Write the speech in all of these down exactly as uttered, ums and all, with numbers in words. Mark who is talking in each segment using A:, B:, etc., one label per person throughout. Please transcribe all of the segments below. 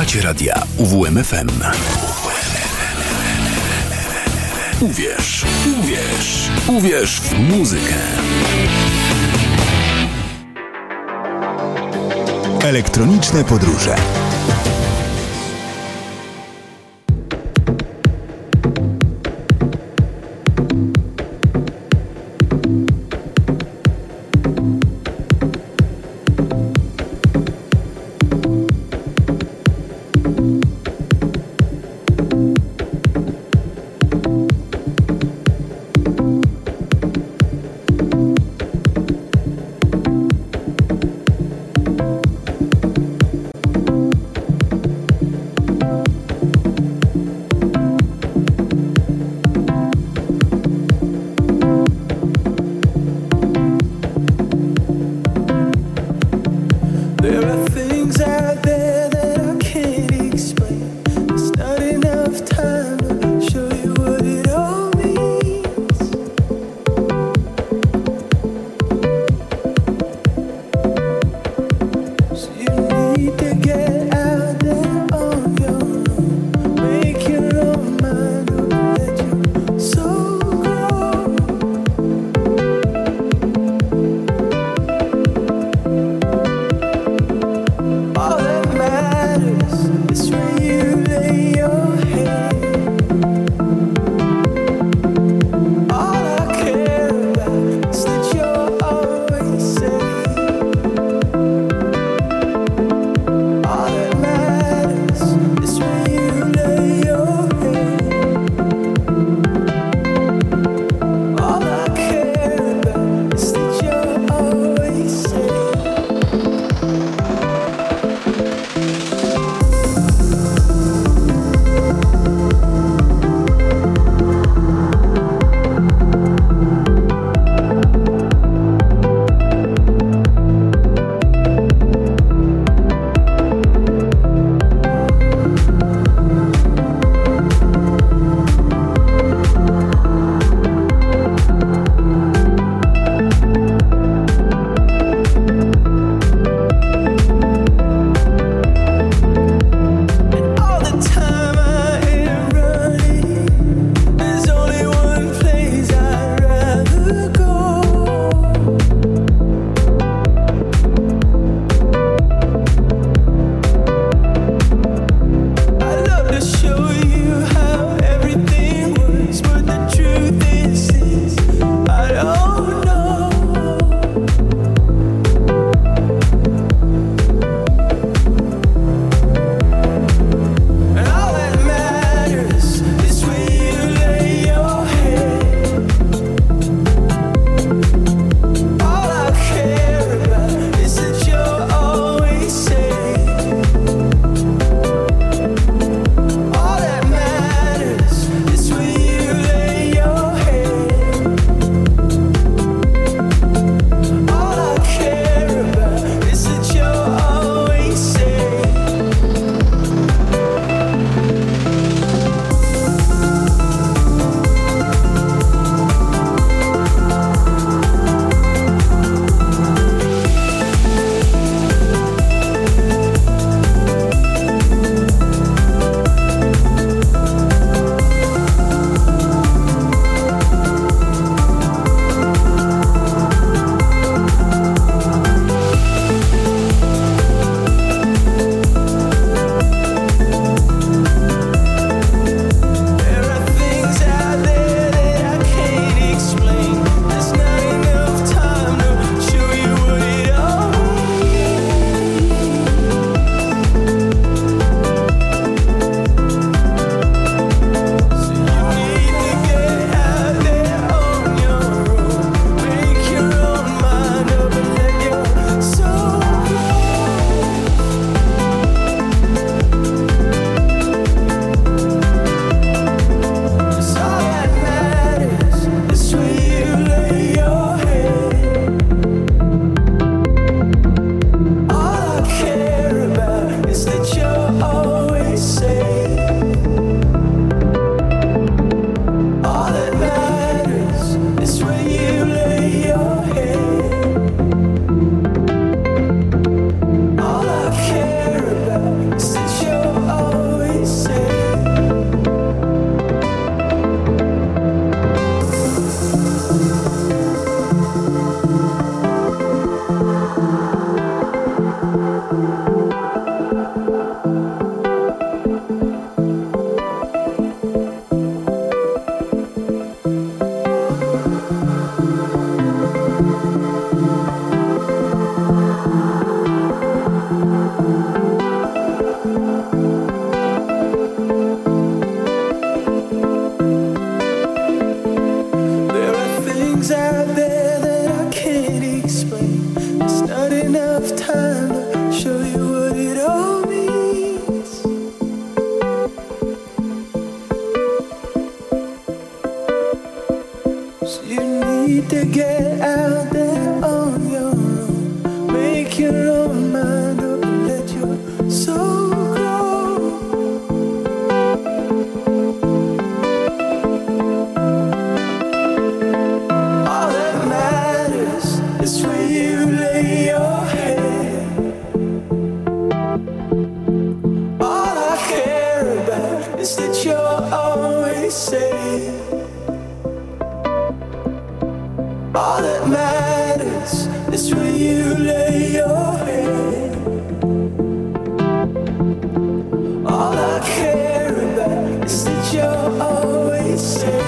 A: Słuchacie radia U W M F M. Uwierz, uwierz, uwierz w muzykę. Elektroniczne podróże.
B: to get out there on your own. Make your own mind up and let your soul grow. All that matters is where you lay your head. All I care about is that you're always safe. All that matters is where you lay your head. All I care about is that you're always safe.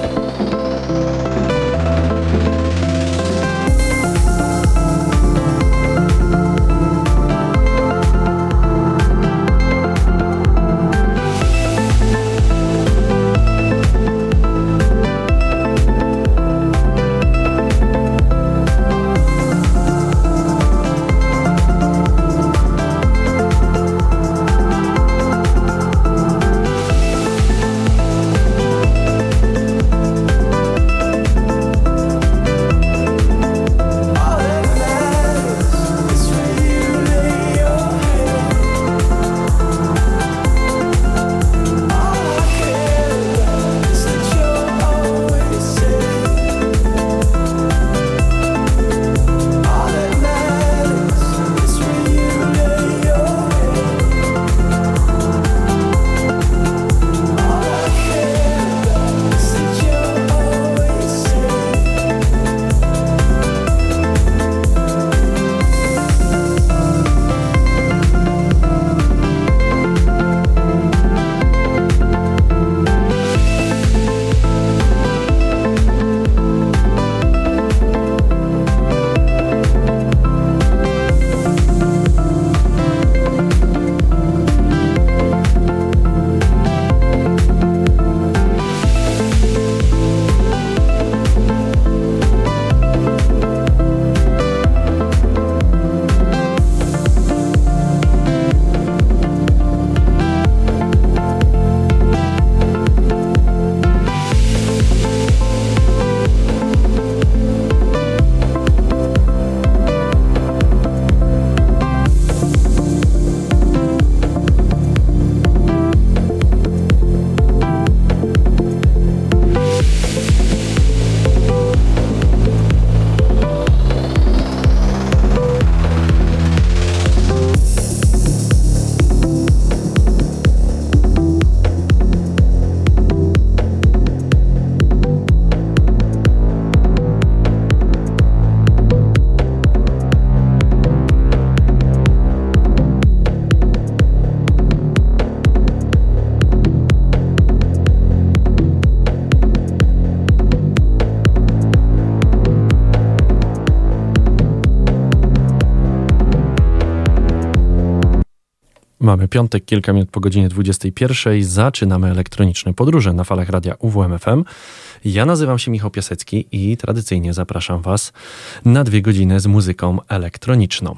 C: Mamy piątek, kilka minut po godzinie dwudziestej pierwszej. Zaczynamy elektroniczne podróże na falach radia U W M F M. Ja nazywam się Michał Piasecki i tradycyjnie zapraszam Was na dwie godziny z muzyką elektroniczną.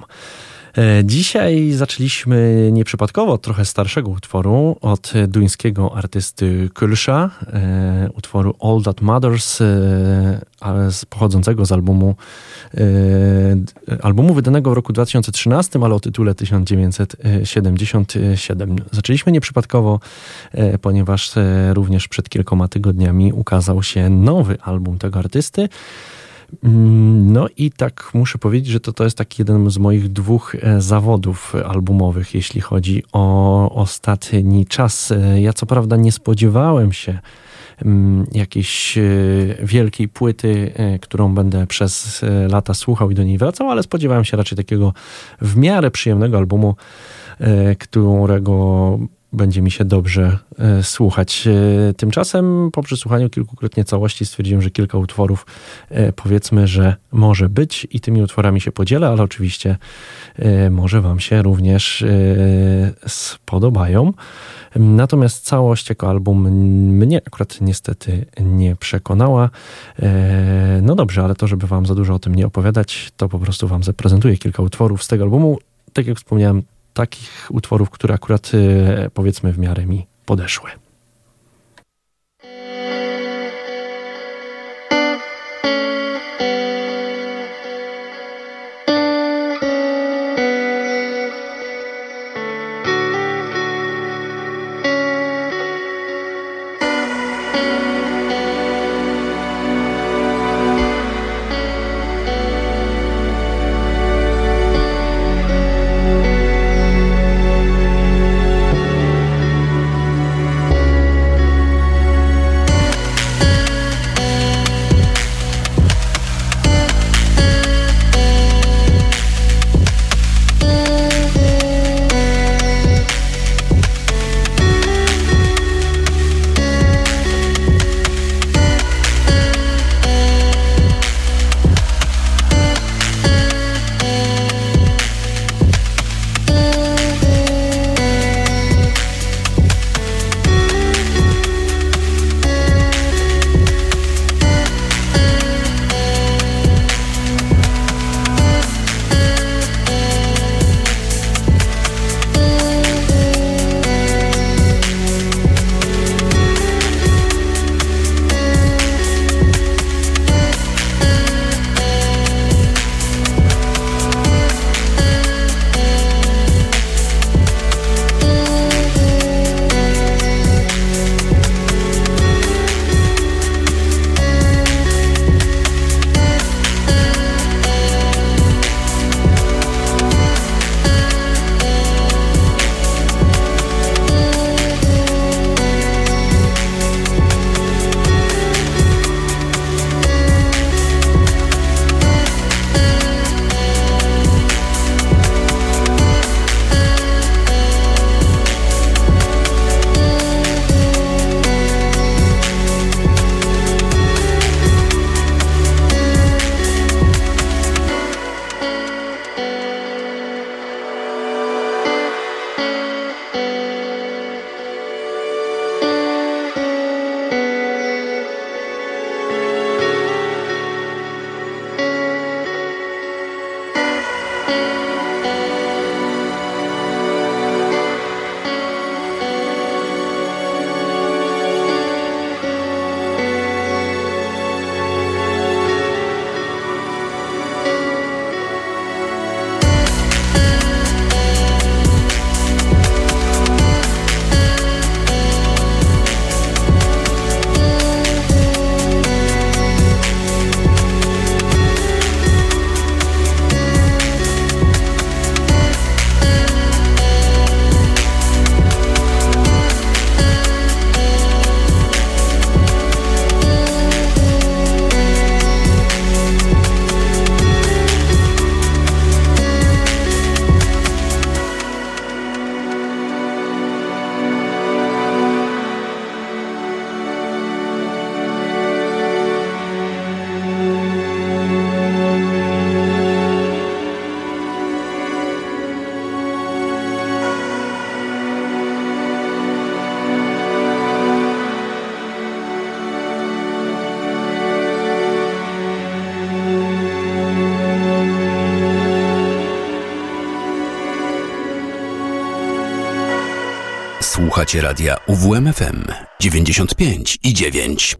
C: Dzisiaj zaczęliśmy nieprzypadkowo od trochę starszego utworu, od duńskiego artysty Kulsza, e, utworu All That Matters, e, pochodzącego z albumu, e, albumu wydanego w roku dwa tysiące trzynastym, ale o tytule tysiąc dziewięćset siedemdziesiąty siódmy. Zaczęliśmy nieprzypadkowo, e, ponieważ e, również przed kilkoma tygodniami ukazał się nowy album tego artysty. No i tak muszę powiedzieć, że to, to jest taki jeden z moich dwóch zawodów albumowych, jeśli chodzi o ostatni czas. Ja co prawda nie spodziewałem się jakiejś wielkiej płyty, którą będę przez lata słuchał i do niej wracał, ale spodziewałem się raczej takiego w miarę przyjemnego albumu, którego będzie mi się dobrze e, słuchać. E, tymczasem po przesłuchaniu kilkukrotnie całości stwierdziłem, że kilka utworów e, powiedzmy, że może być i tymi utworami się podzielę, ale oczywiście e, może Wam się również e, spodobają. Natomiast całość jako album mnie akurat niestety nie przekonała. E, no dobrze, ale to, żeby Wam za dużo o tym nie opowiadać, to po prostu Wam zaprezentuję kilka utworów z tego albumu. Tak jak wspomniałem, takich utworów, które akurat powiedzmy w miarę mi podeszły.
A: Słuchacie radia U W M F M dziewięćdziesiąt pięć i dziewięć.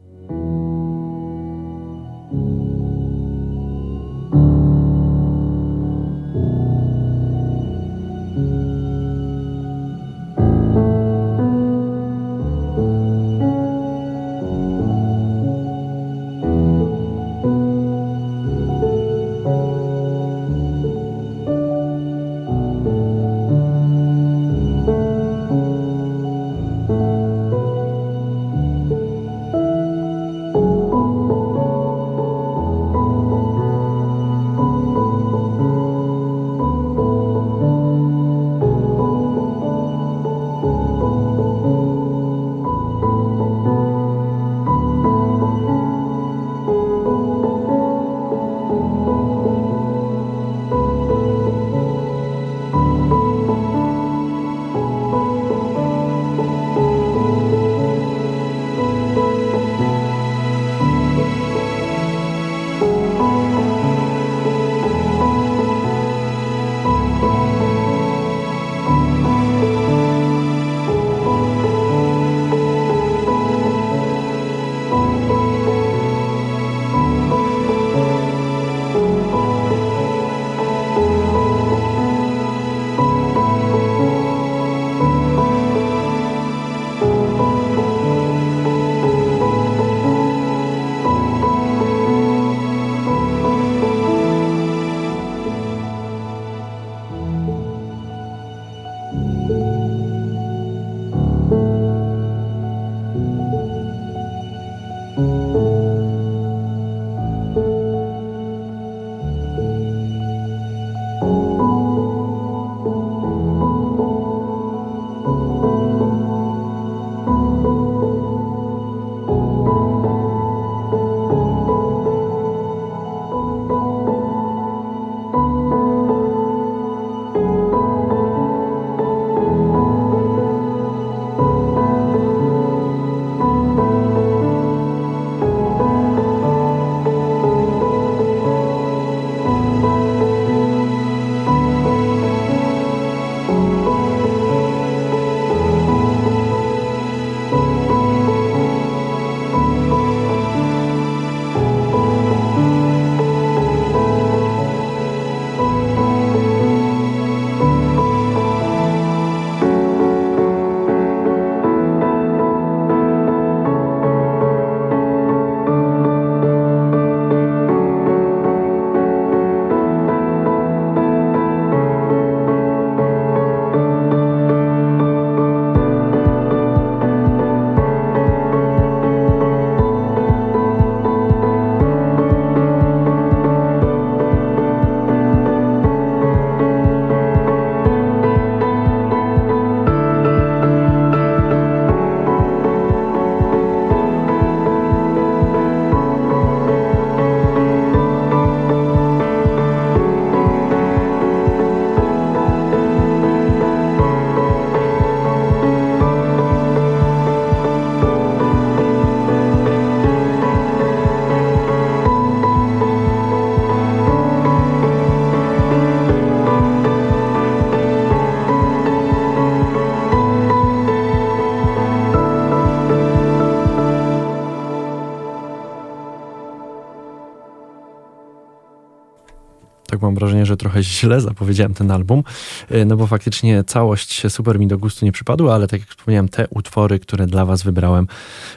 C: tak mam wrażenie, że trochę źle zapowiedziałem ten album, no bo faktycznie całość super mi do gustu nie przypadła, ale tak jak wspomniałem, te utwory, które dla was wybrałem,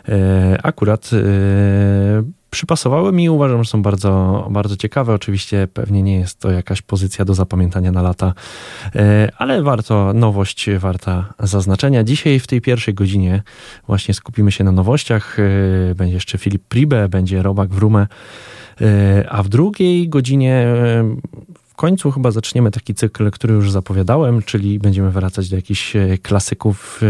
C: akurat przypasowały mi i uważam, że są bardzo, bardzo ciekawe. Oczywiście pewnie nie jest to jakaś pozycja do zapamiętania na lata, ale warto, nowość warta zaznaczenia. Dzisiaj w tej pierwszej godzinie właśnie skupimy się na nowościach. Będzie jeszcze Filip Pribe, będzie Robak Wrume, a w drugiej godzinie w końcu chyba zaczniemy taki cykl, który już zapowiadałem, czyli będziemy wracać do jakichś klasyków,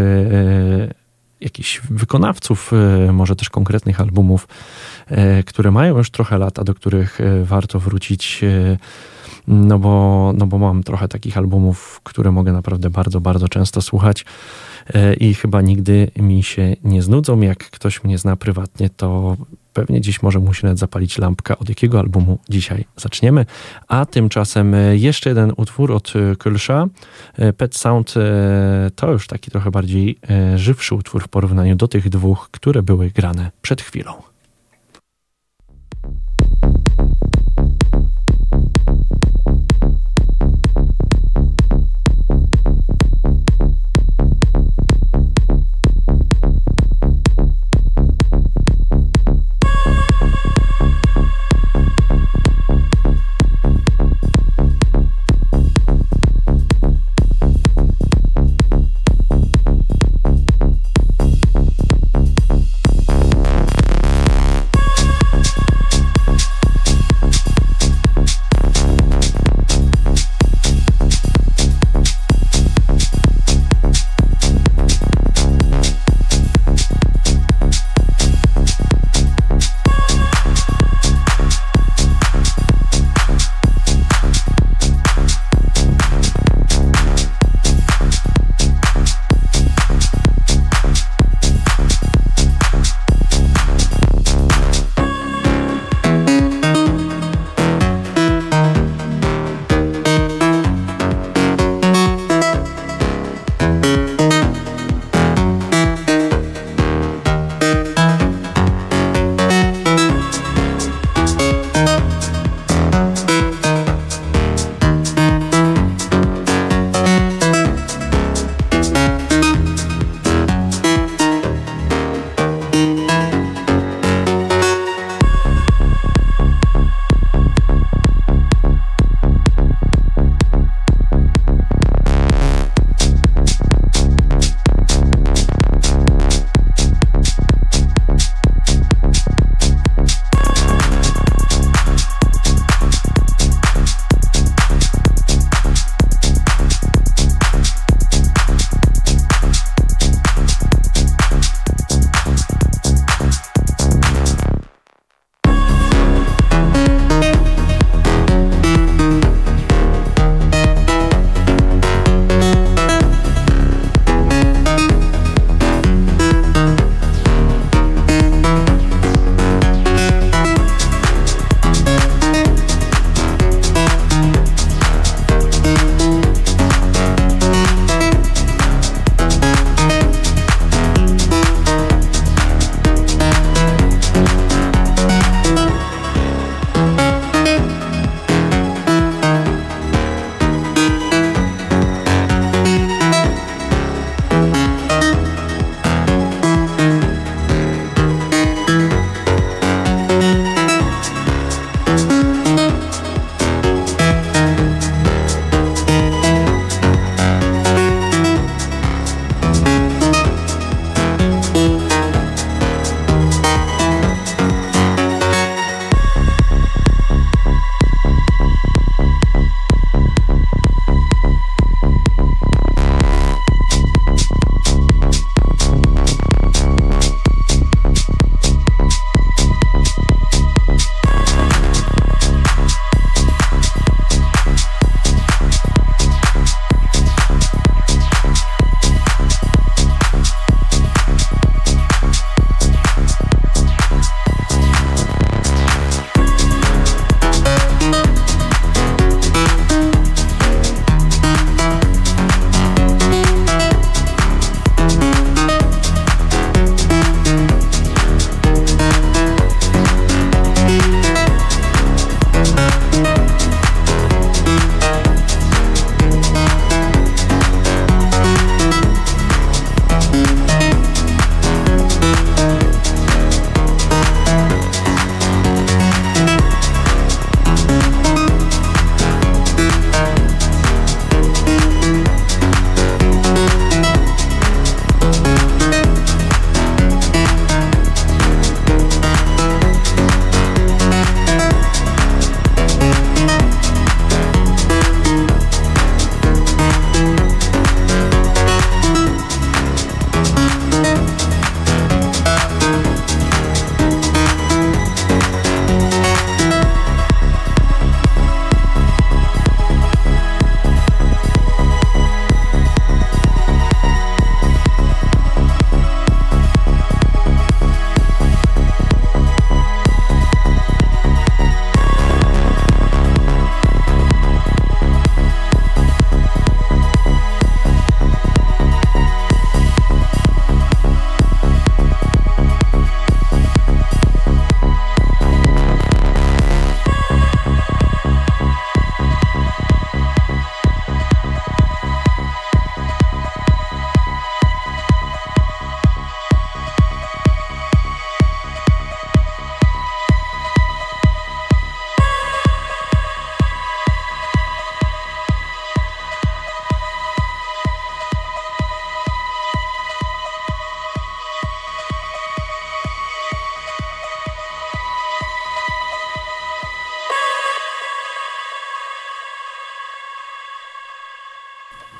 C: jakichś wykonawców, może też konkretnych albumów, które mają już trochę lat, a do których warto wrócić, no bo, no bo mam trochę takich albumów, które mogę naprawdę bardzo, bardzo często słuchać i chyba nigdy mi się nie znudzą. Jak ktoś mnie zna prywatnie, to pewnie dziś może mu się nawet zapalić lampka, od jakiego albumu dzisiaj zaczniemy. A tymczasem jeszcze jeden utwór od Kölscha. Pet Sound to już taki trochę bardziej żywszy utwór w porównaniu do tych dwóch, które były grane przed chwilą.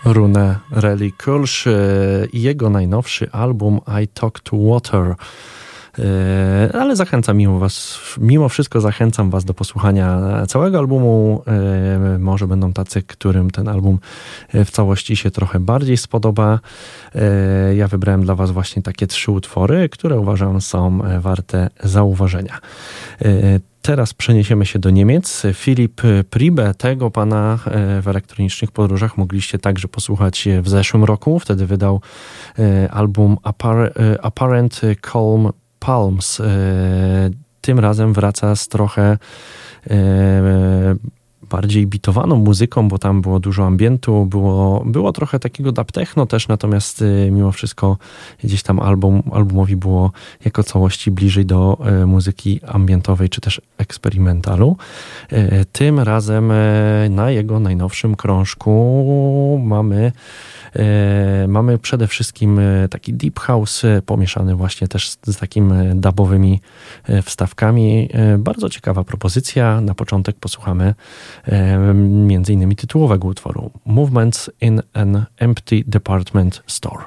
C: Rune Relly Kulsz i jego najnowszy album I Talk to Water. Ale zachęcam mimo was, mimo wszystko zachęcam was do posłuchania całego albumu. Może będą tacy, którym ten album w całości się trochę bardziej spodoba. Ja wybrałem dla was właśnie takie trzy utwory, które uważam są warte zauważenia. Teraz przeniesiemy się do Niemiec. Filip Priebe, tego pana w elektronicznych podróżach mogliście także posłuchać w zeszłym roku. Wtedy wydał album Apparent Calm Palms. Tym razem wraca z trochę bardziej bitowaną muzyką, bo tam było dużo ambientu, było, było trochę takiego dub techno też, natomiast mimo wszystko gdzieś tam album, albumowi było jako całości bliżej do muzyki ambientowej czy też eksperymentalu. Tym razem na jego najnowszym krążku mamy Mamy przede wszystkim taki deep house pomieszany właśnie też z takim dubowymi wstawkami. Bardzo ciekawa propozycja. Na początek posłuchamy między innymi tytułowego utworu Movements in an Empty Department Store.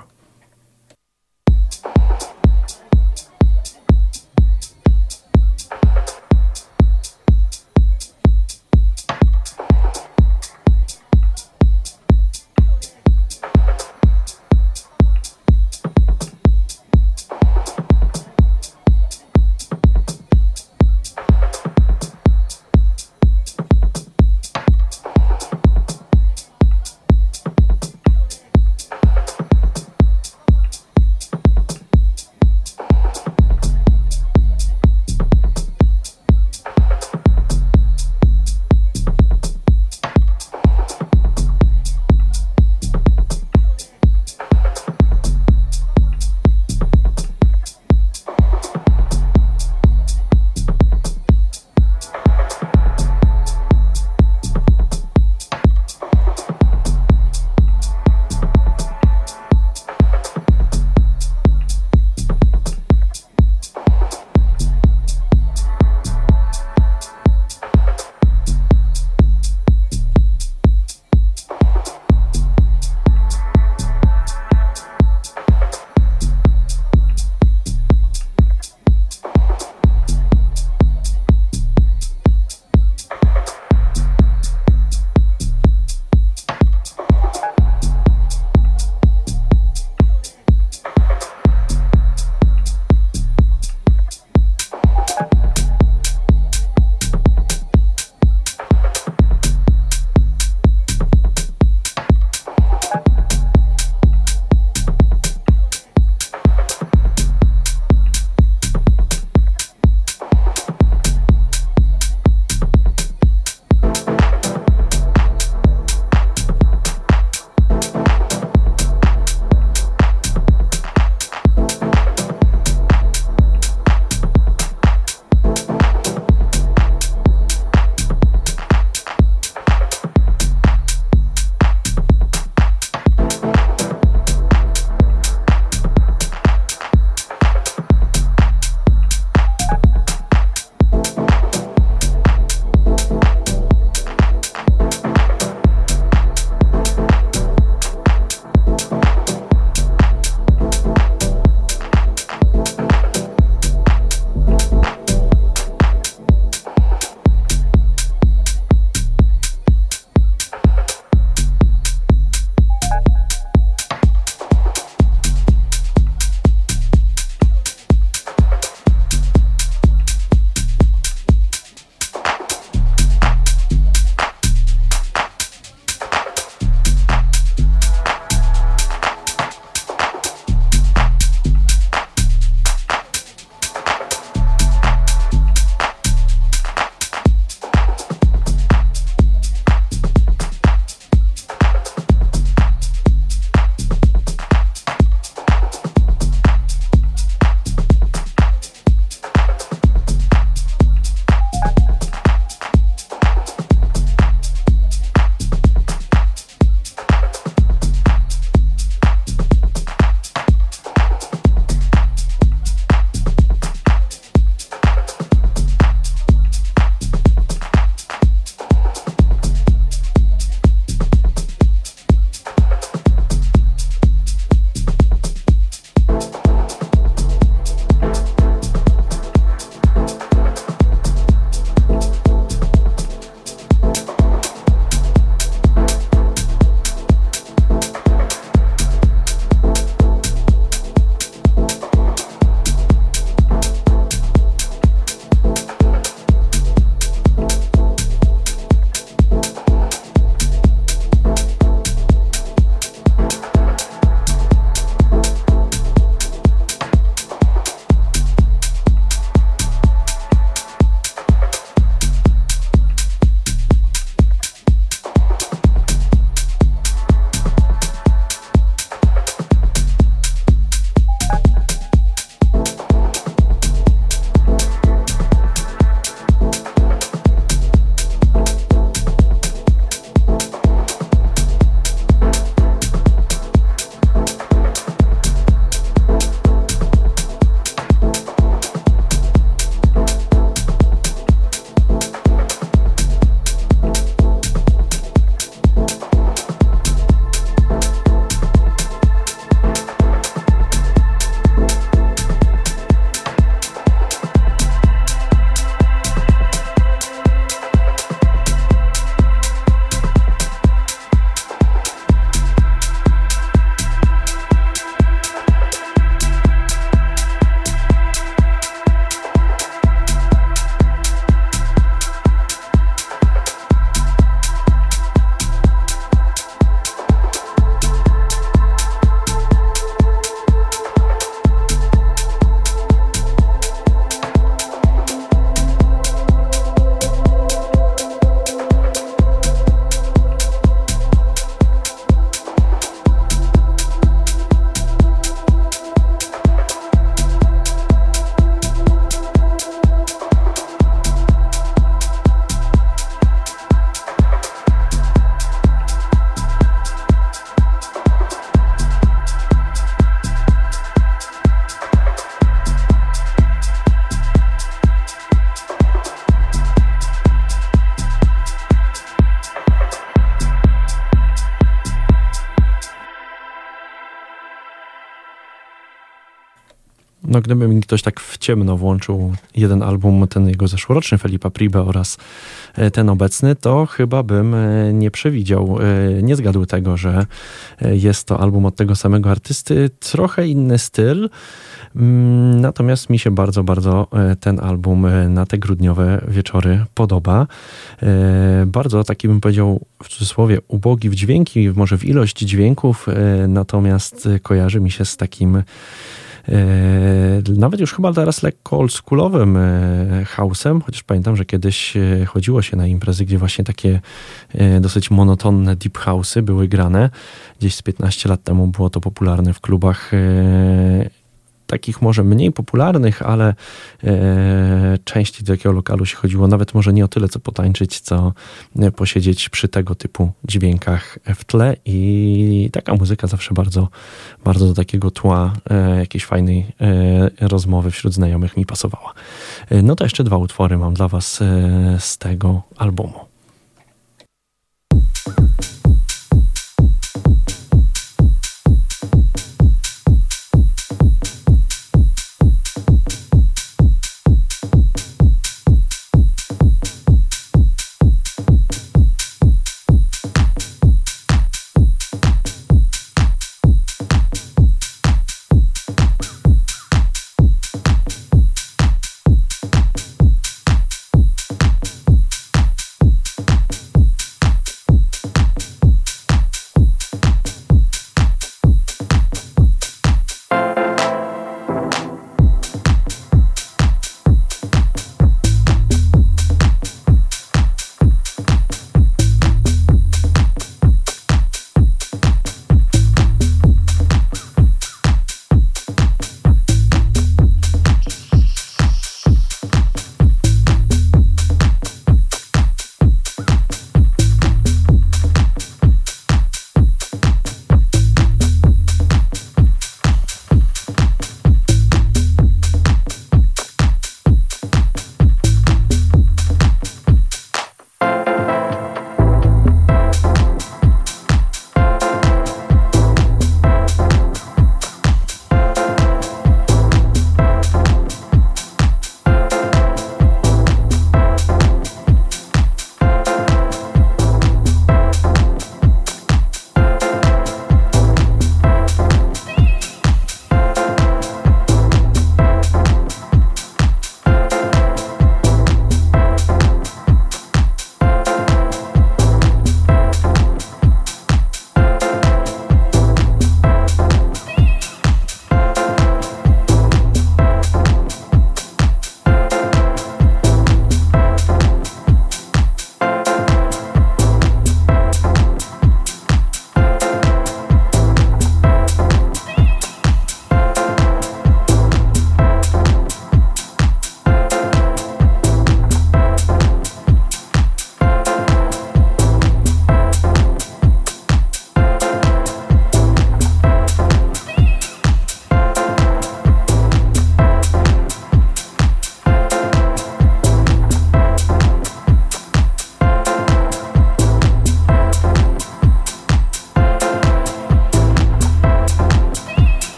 C: No gdyby mi ktoś tak w ciemno włączył jeden album, ten jego zeszłoroczny Felipa Pribe oraz ten obecny, to chyba bym nie przewidział, nie zgadł tego, że jest to album od tego samego artysty. Trochę inny styl, natomiast mi się bardzo, bardzo ten album na te grudniowe wieczory podoba. Bardzo taki bym powiedział w cudzysłowie ubogi w dźwięki, może w ilość dźwięków, natomiast kojarzy mi się z takim nawet już chyba teraz lekko oldschoolowym house'em, chociaż pamiętam, że kiedyś chodziło się na imprezy, gdzie właśnie takie dosyć monotonne deep house'y były grane. Gdzieś z piętnaście lat temu było to popularne w klubach takich może mniej popularnych, ale e, częściej do jakiego lokalu się chodziło, nawet może nie o tyle co potańczyć, co posiedzieć przy tego typu dźwiękach w tle i taka muzyka zawsze bardzo, bardzo do takiego tła e, jakiejś fajnej e, rozmowy wśród znajomych mi pasowała. E, no to jeszcze dwa utwory mam dla was e, z tego albumu.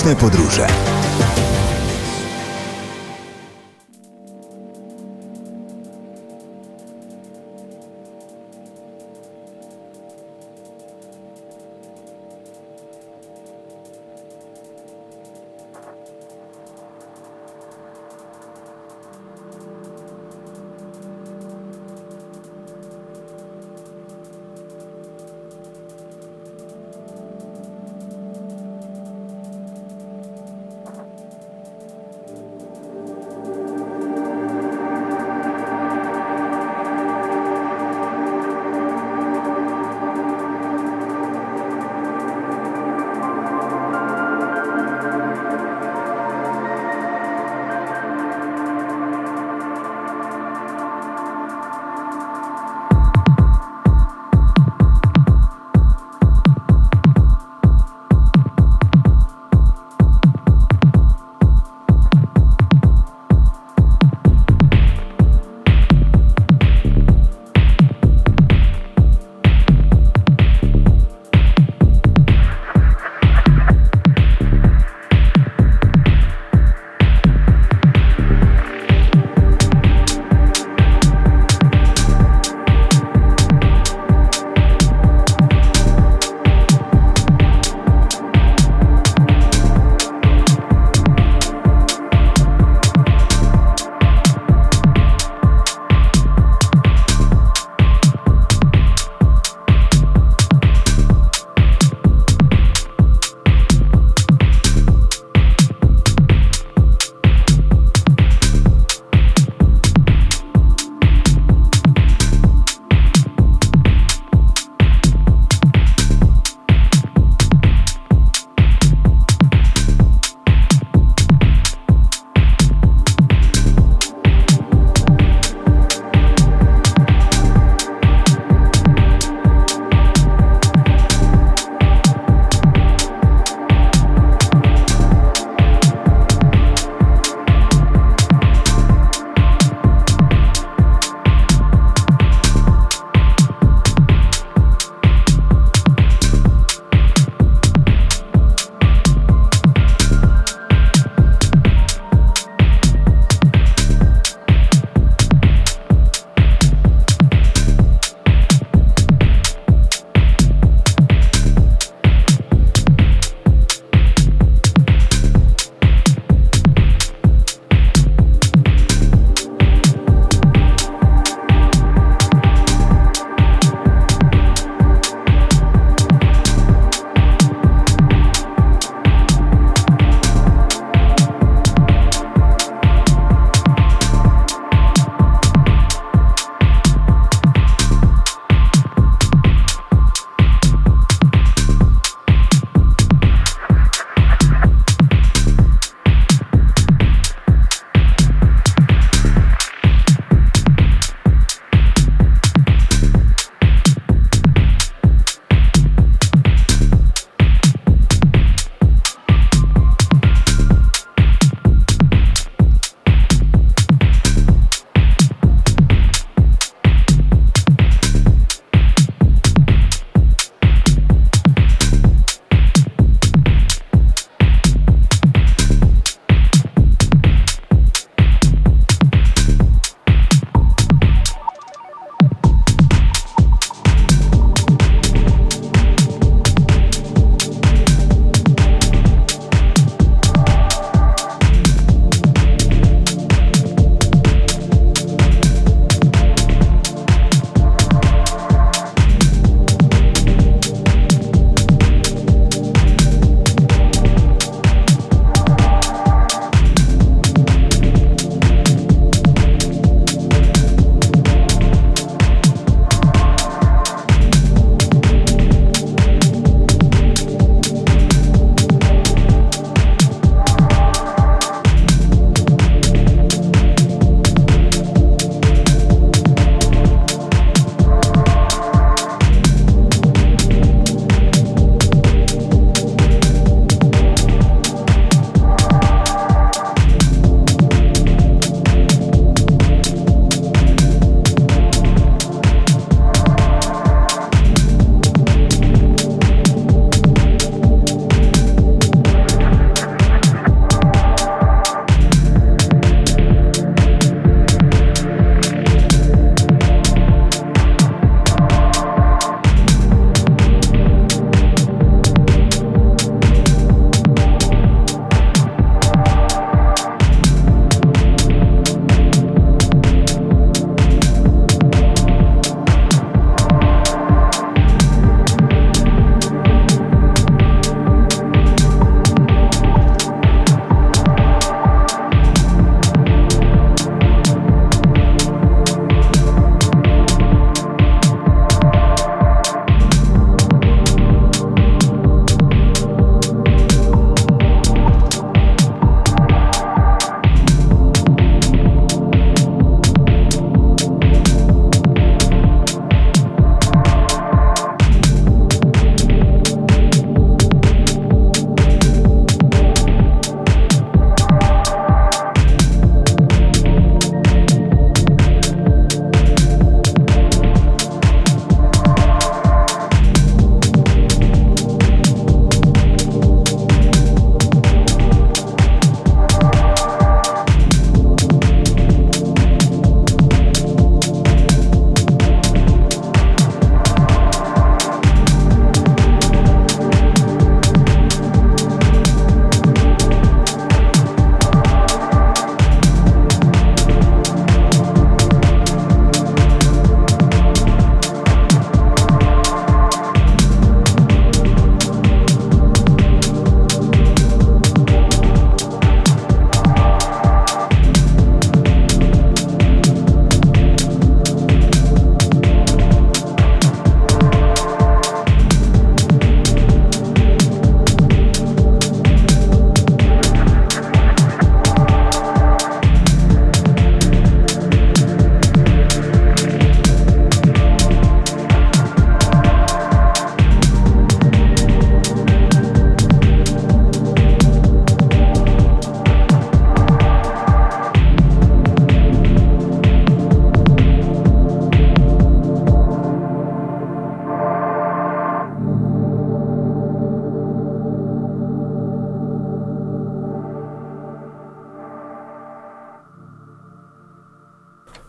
D: Elektroniczne podróże.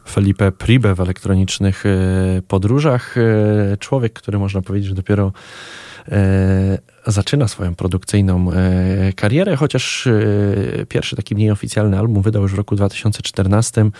C: Felipe Pribe w elektronicznych podróżach. Człowiek, który można powiedzieć, że dopiero zaczyna swoją produkcyjną karierę, chociaż pierwszy taki mniej oficjalny album wydał już w roku dwa tysiące czternastym.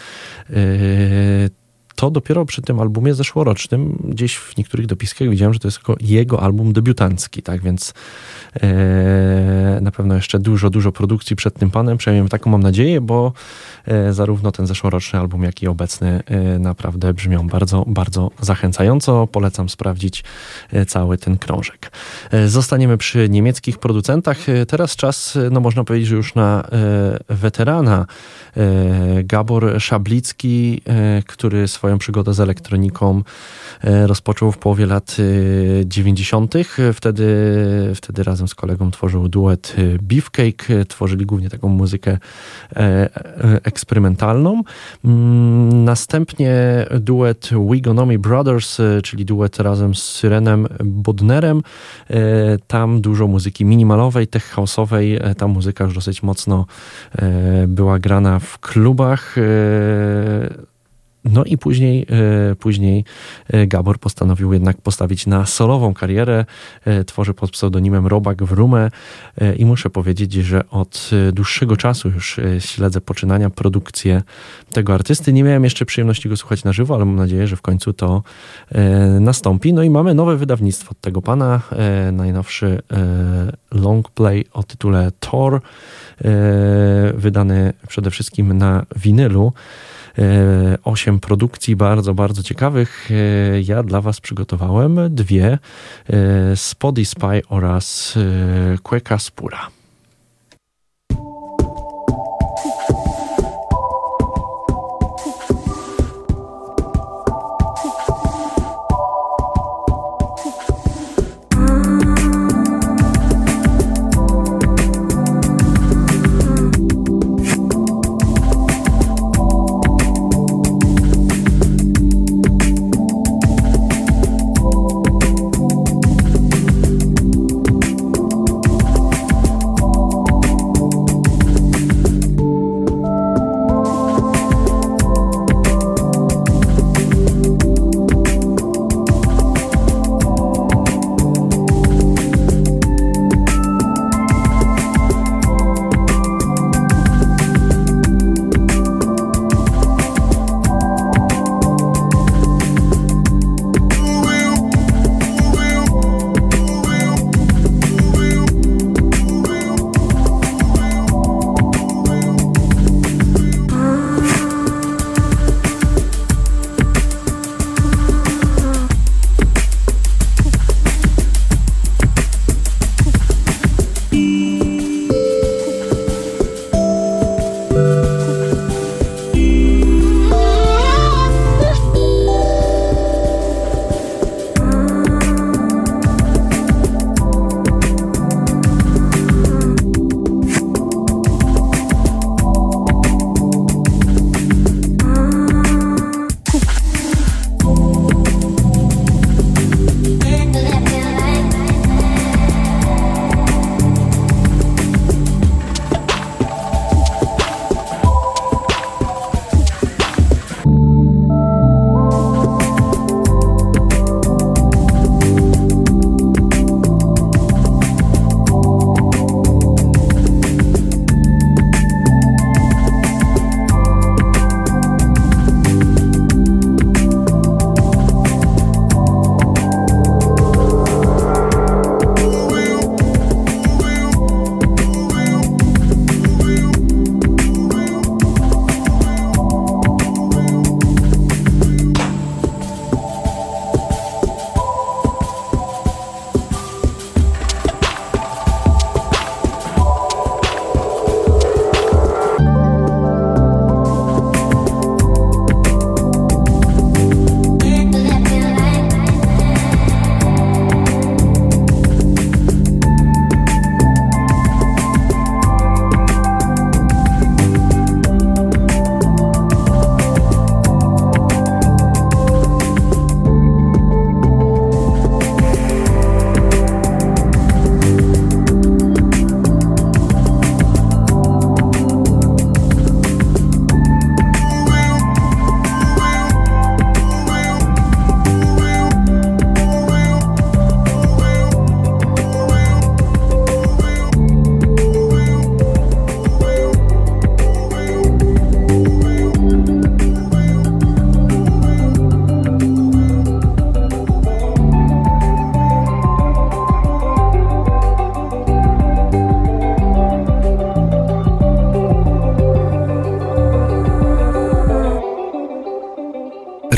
C: To dopiero przy tym albumie zeszłorocznym, gdzieś w niektórych dopiskach widziałem, że to jest jego album debiutancki, tak więc e, na pewno jeszcze dużo, dużo produkcji przed tym panem, przynajmniej taką mam nadzieję, bo e, zarówno ten zeszłoroczny album, jak i obecny e, naprawdę brzmią bardzo, bardzo zachęcająco. Polecam sprawdzić e, cały ten krążek. E, zostaniemy przy niemieckich producentach. E, teraz czas, no można powiedzieć, że już na e, weterana. E, Gabor Szablicki, e, który swoją przygodę z elektroniką rozpoczął w połowie lat dziewięćdziesiątych. Wtedy, wtedy razem z kolegą tworzył duet Beefcake. Tworzyli głównie taką muzykę eksperymentalną. Następnie duet Wigonomi Brothers, czyli duet razem z Syrenem Bodnerem. Tam dużo muzyki minimalowej, tech house'owej. Ta muzyka już dosyć mocno była grana w klubach. No i później, e, później Gabor postanowił jednak postawić na solową karierę. E, tworzy pod pseudonimem Robak Wrume e, i muszę powiedzieć, że od dłuższego czasu już śledzę poczynania, produkcję tego artysty. Nie miałem jeszcze przyjemności go słuchać na żywo, ale mam nadzieję, że w końcu to e, nastąpi. No i mamy nowe wydawnictwo od tego pana. E, najnowszy e, long play o tytule Thor, e, wydany przede wszystkim na winylu. Osiem produkcji bardzo, bardzo ciekawych. Ja dla was przygotowałem dwie. Spotty Spy oraz Queka Spura.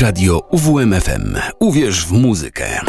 A: Radio U W M F M. Uwierz w muzykę.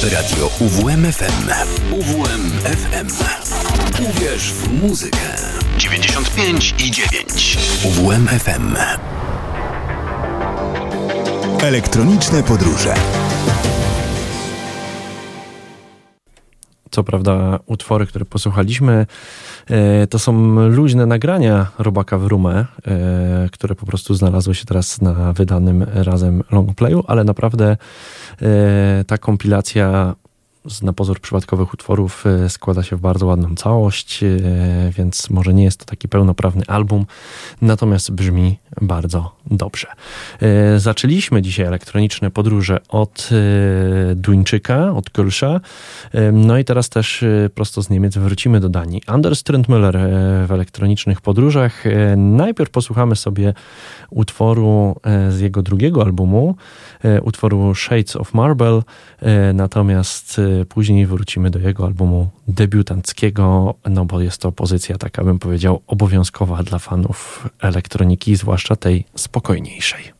A: Radio U W M F M. U W M F M. Uwierz w muzykę. dziewięćdziesiąt pięć i dziewięć. U W M F M.
D: Elektroniczne podróże.
C: Co prawda utwory, które posłuchaliśmy, to są luźne nagrania Robaka Wrumę, które po prostu znalazły się teraz na wydanym razem longplayu, ale naprawdę ta kompilacja z na pozór przypadkowych utworów składa się w bardzo ładną całość, więc może nie jest to taki pełnoprawny album, natomiast brzmi bardzo dobrze. Zaczęliśmy dzisiaj elektroniczne podróże od Duńczyka, od Kölscha, no i teraz też prosto z Niemiec wrócimy do Danii. Anders Strandmøller w elektronicznych podróżach. Najpierw posłuchamy sobie utworu z jego drugiego albumu, utworu Shades of Marble, natomiast później wrócimy do jego albumu debiutanckiego, no bo jest to pozycja, taka bym powiedział, obowiązkowa dla fanów elektroniki, zwłaszcza tej spokojniejszej.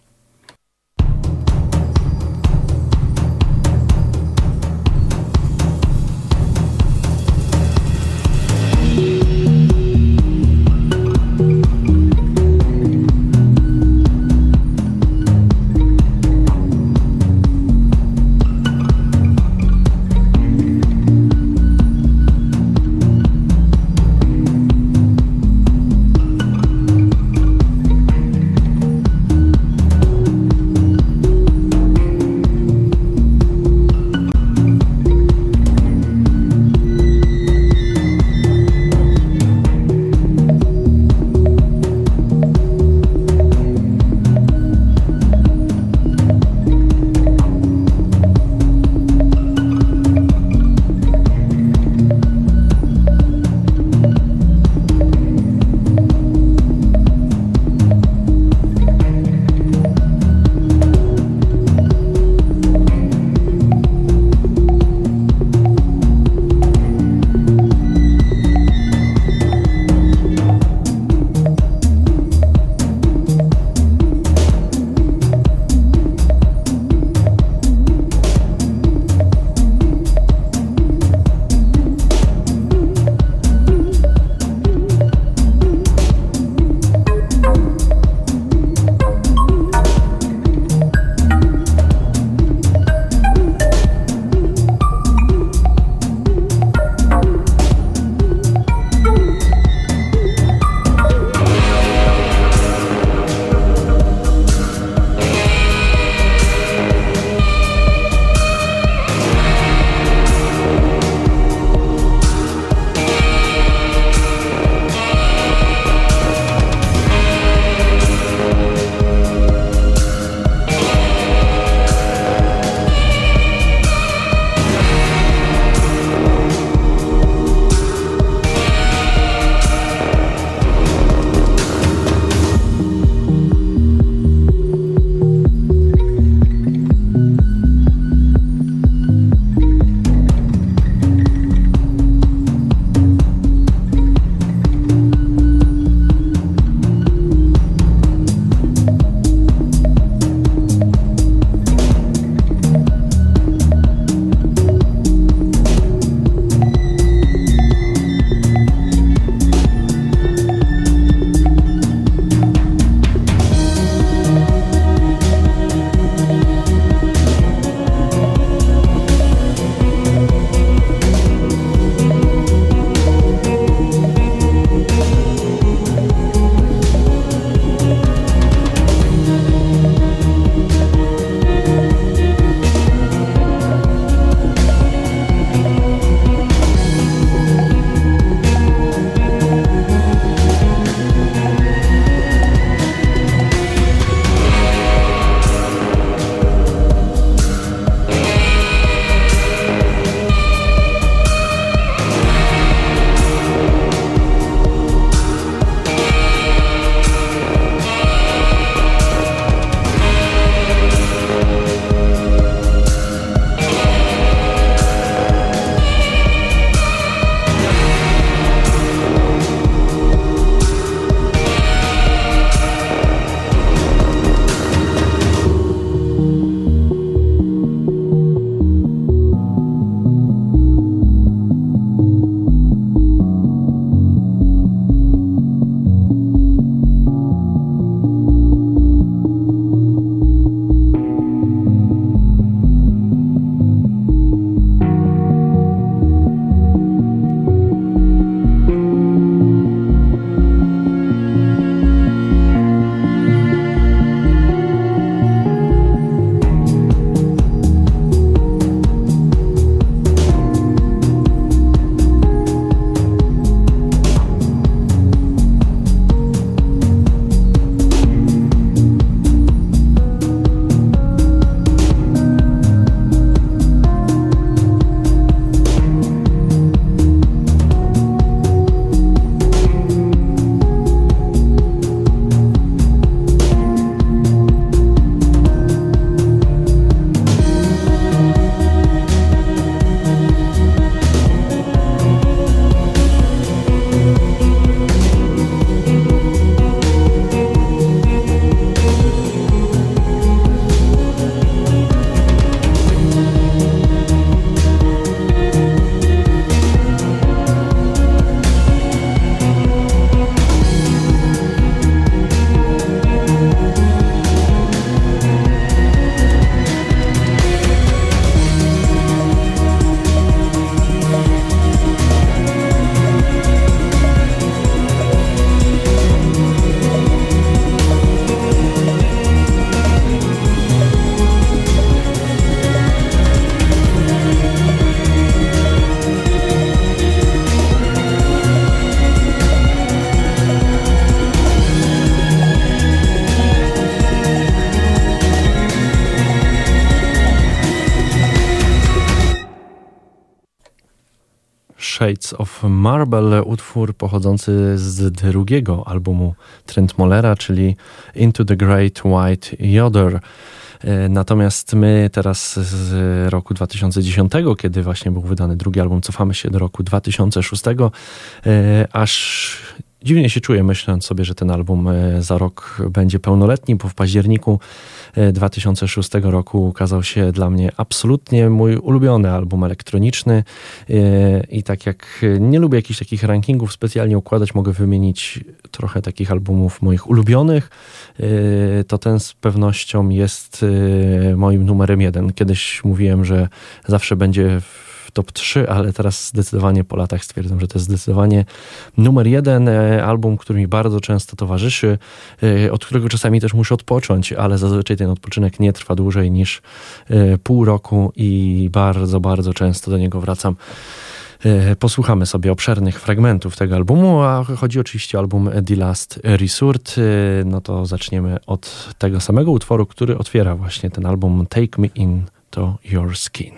C: Shades of Marble, utwór pochodzący z drugiego albumu Trent Mollera, czyli Into the Great White Yodder. Natomiast my teraz z roku dwa tysiące dziesiątego, kiedy właśnie był wydany drugi album, cofamy się do roku dwa tysiące szóstego, aż dziwnie się czuję, myśląc sobie, że ten album za rok będzie pełnoletni, bo w październiku dwa tysiące szóstego roku ukazał się dla mnie absolutnie mój ulubiony album elektroniczny i tak jak nie lubię jakichś takich rankingów specjalnie układać, mogę wymienić trochę takich albumów moich ulubionych, to ten z pewnością jest moim numerem jeden. Kiedyś mówiłem, że zawsze będzie w top trzy, ale teraz zdecydowanie po latach stwierdzam, że to jest zdecydowanie numer jeden, album, który mi bardzo często towarzyszy, od którego czasami też muszę odpocząć, ale zazwyczaj ten odpoczynek nie trwa dłużej niż pół roku i bardzo, bardzo często do niego wracam. Posłuchamy sobie obszernych fragmentów tego albumu, a chodzi oczywiście o album The Last Resort. No to zaczniemy od tego samego utworu, który otwiera właśnie ten album, Take Me Into Your Skin.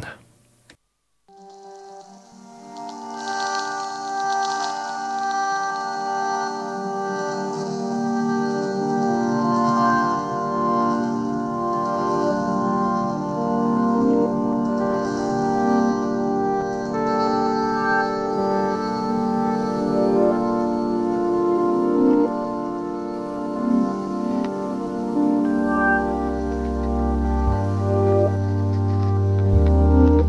B: Thank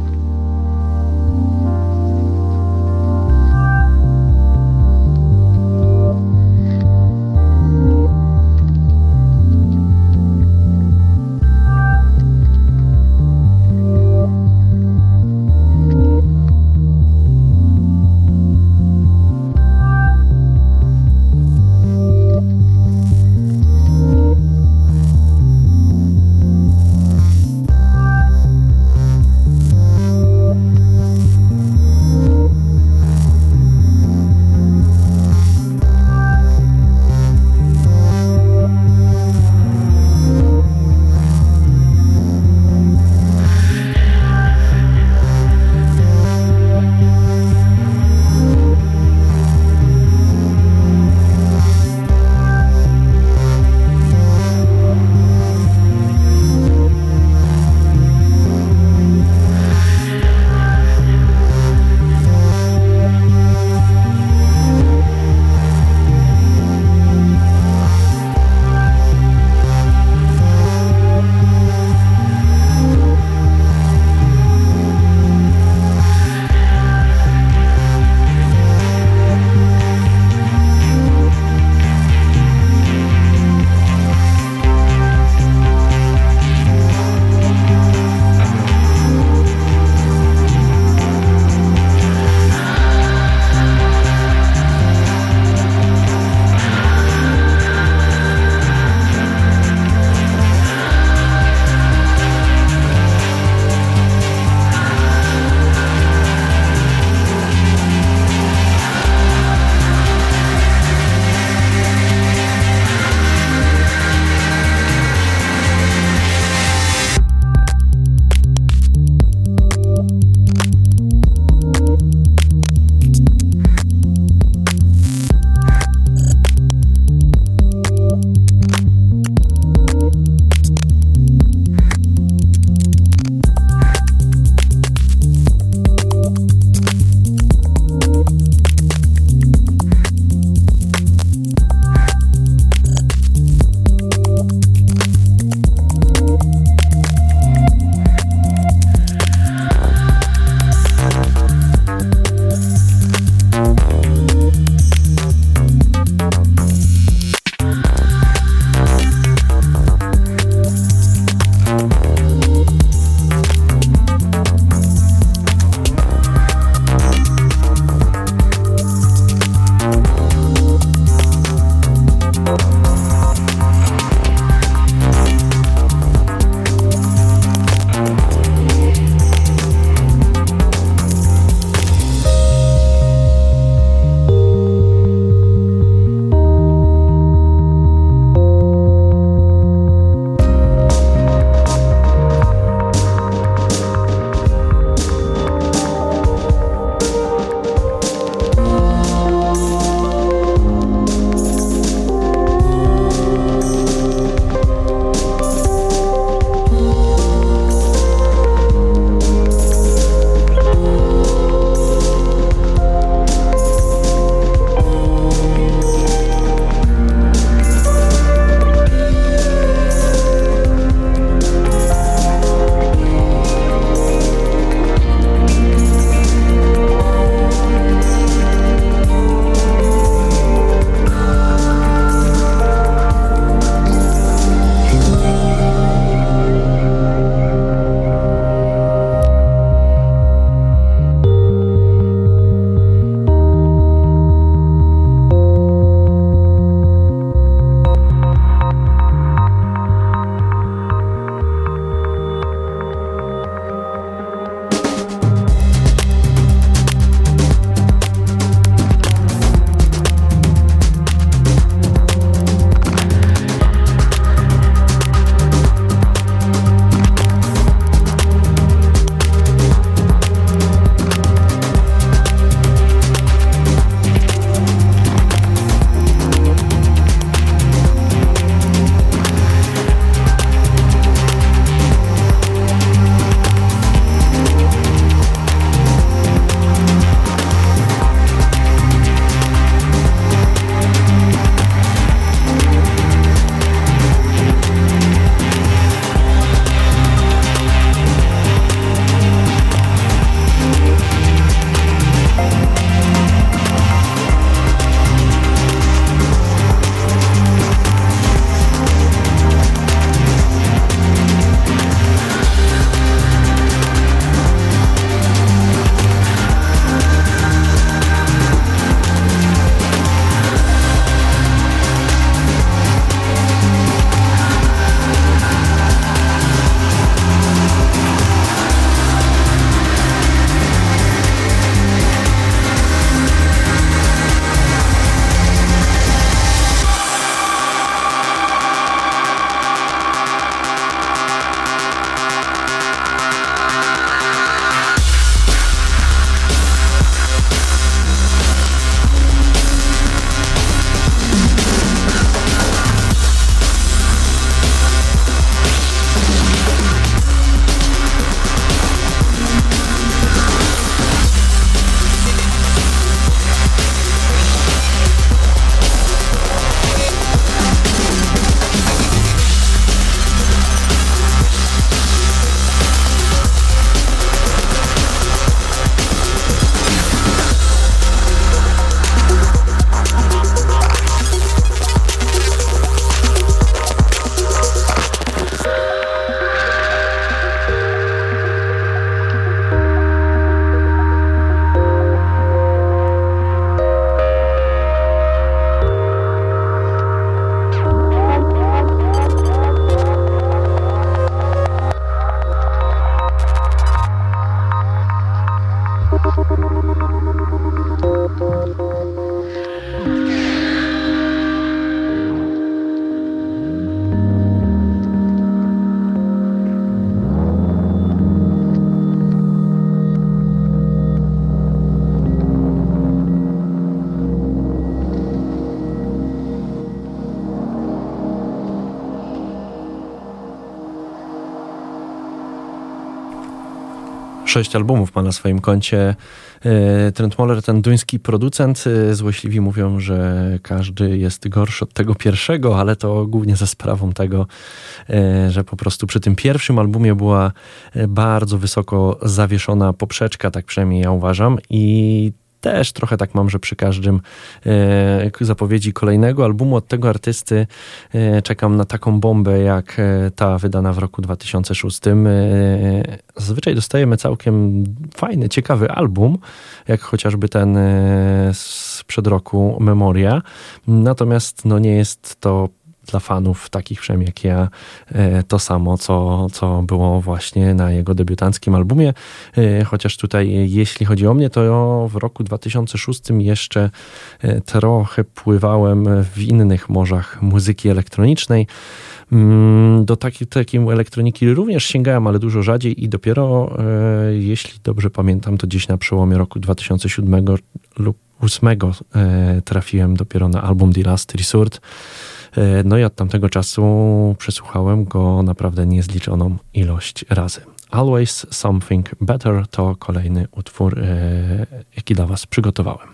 C: Sześć albumów ma na swoim koncie Trent Moller, ten duński producent. Złośliwi mówią, że każdy jest gorszy od tego pierwszego, ale to głównie za sprawą tego, że po prostu przy tym pierwszym albumie była bardzo wysoko zawieszona poprzeczka, tak przynajmniej ja uważam, i też trochę tak mam, że przy każdym e, zapowiedzi kolejnego albumu od tego artysty e, czekam na taką bombę jak e, ta wydana w roku dwa tysiące szóstym. E, zazwyczaj dostajemy całkiem fajny, ciekawy album, jak chociażby ten e, sprzed roku Memoria. Natomiast no, nie jest to dla fanów takich przynajmniej jak ja to samo, co, co było właśnie na jego debiutanckim albumie. Chociaż tutaj, jeśli chodzi o mnie, to w roku dwa tysiące szóstym jeszcze trochę pływałem w innych morzach muzyki elektronicznej. Do takiej, takiej elektroniki również sięgałem, ale dużo rzadziej i dopiero, jeśli dobrze pamiętam, to gdzieś na przełomie roku dwa tysiące siódmego lub ósmego trafiłem dopiero na album The Last Resort. No i od tamtego czasu przesłuchałem go naprawdę niezliczoną ilość razy. Always Something Better to kolejny utwór, jaki dla Was przygotowałem.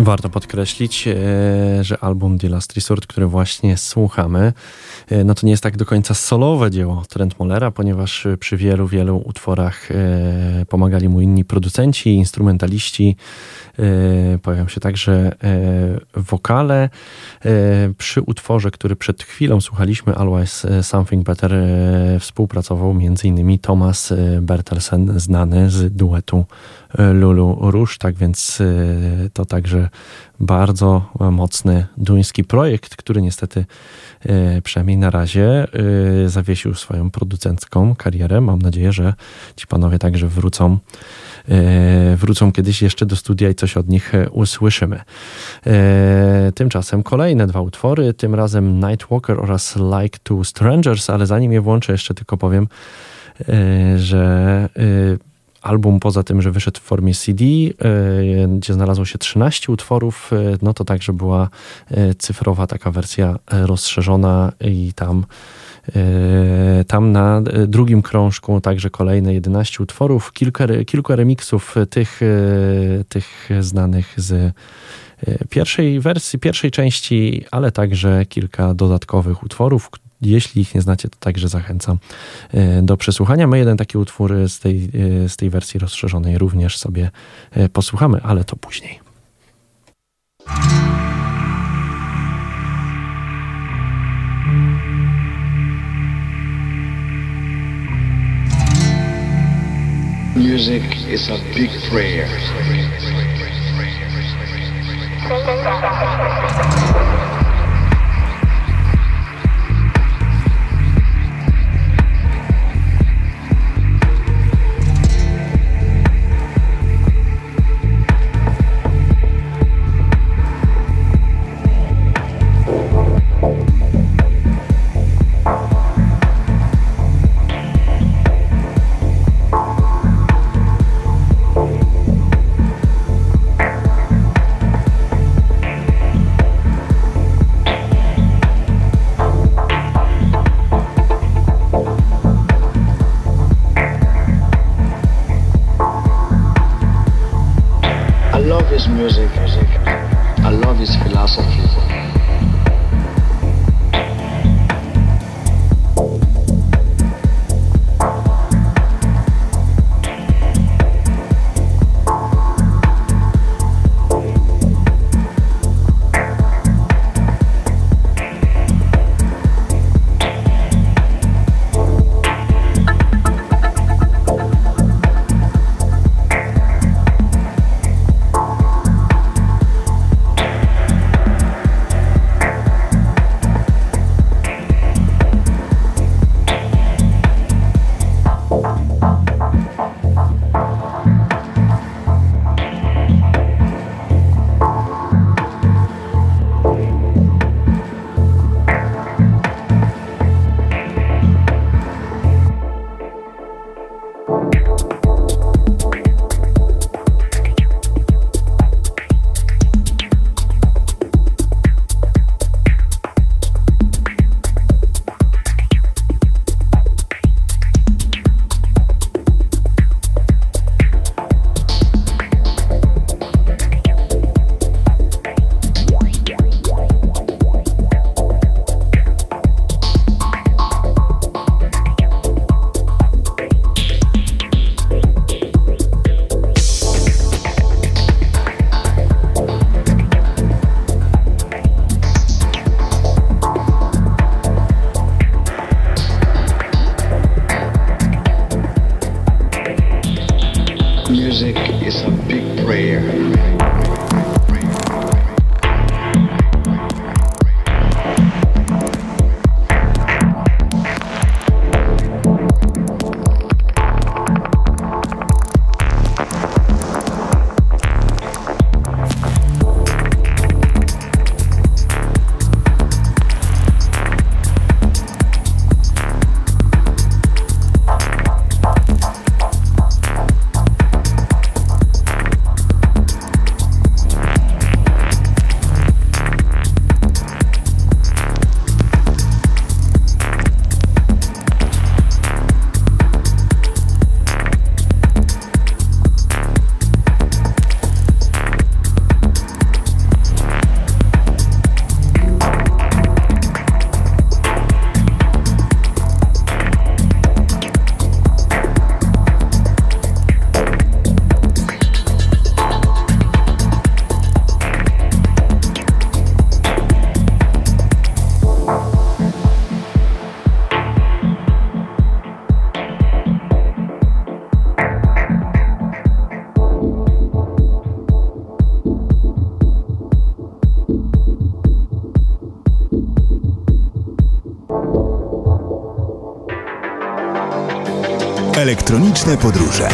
C: Warto podkreślić, że album The Last Resort, który właśnie słuchamy, no to nie jest tak do końca solowe dzieło Trent Mollera, ponieważ przy wielu, wielu utworach pomagali mu inni producenci, instrumentaliści. Pojawią się także wokale. Przy utworze, który przed chwilą słuchaliśmy, Always Something Better, współpracował m.in. Thomas Bertelsen, znany z duetu Lulu Rouge, tak więc to także bardzo mocny duński projekt, który niestety przynajmniej na razie zawiesił swoją producencką karierę. Mam nadzieję, że ci panowie także wrócą wrócą kiedyś jeszcze do studia i coś od nich usłyszymy. Tymczasem kolejne dwa utwory, tym razem Nightwalker oraz Like to Strangers, ale zanim je włączę, jeszcze tylko powiem, że album poza tym, że wyszedł w formie C D, gdzie znalazło się trzynaście utworów, no to także była cyfrowa taka wersja rozszerzona i tam Tam na drugim krążku także kolejne jedenaście utworów, kilka, kilka remiksów tych, tych znanych z pierwszej wersji, pierwszej części, ale także kilka dodatkowych utworów. Jeśli ich nie znacie, to także zachęcam do przesłuchania. My jeden taki utwór z tej, z tej wersji rozszerzonej również sobie posłuchamy, ale to później.
E: Music is a big prayer. Music, I love his philosophy. Music is a big prayer.
D: Elektroniczne podróże.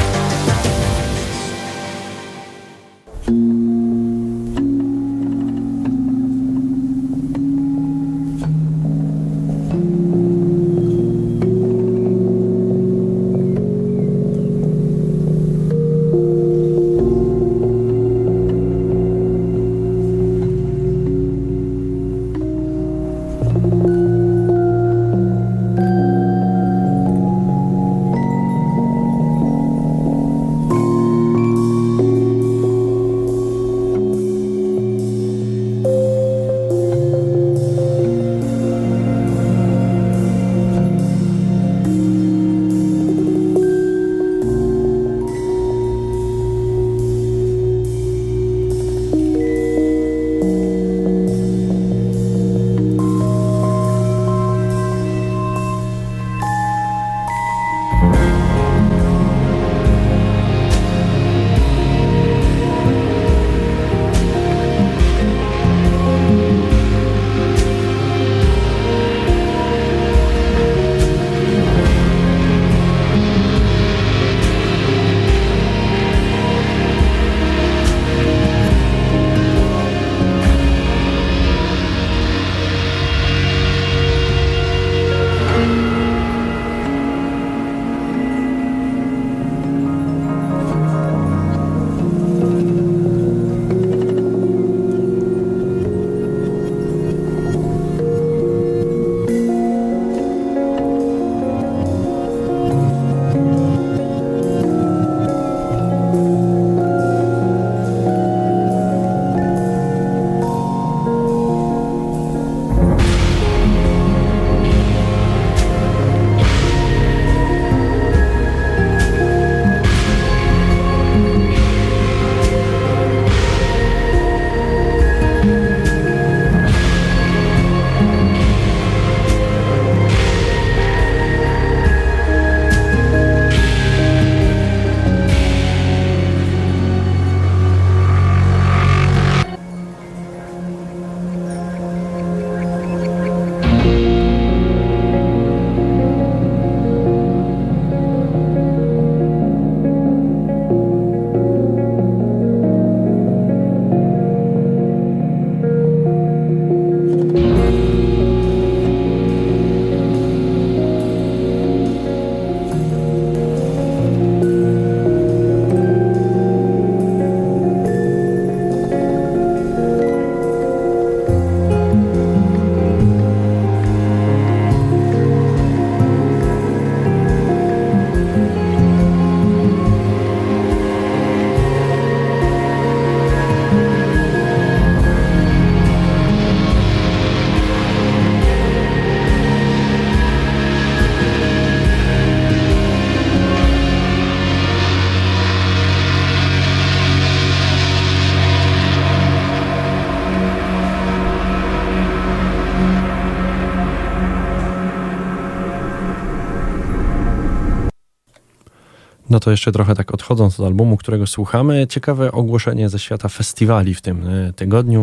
C: No to jeszcze trochę tak odchodząc od albumu, którego słuchamy, ciekawe ogłoszenie ze świata festiwali w tym tygodniu.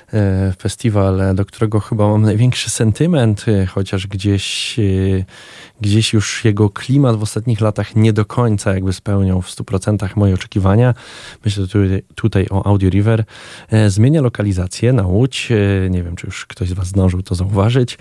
C: Festiwal, do którego chyba mam największy sentyment, chociaż gdzieś, gdzieś już jego klimat w ostatnich latach nie do końca jakby spełniał w stu procentach moje oczekiwania. Myślę tutaj, tutaj o Audio River. Zmienia lokalizację na Łódź. Nie wiem, czy już ktoś z was zdążył to zauważyć.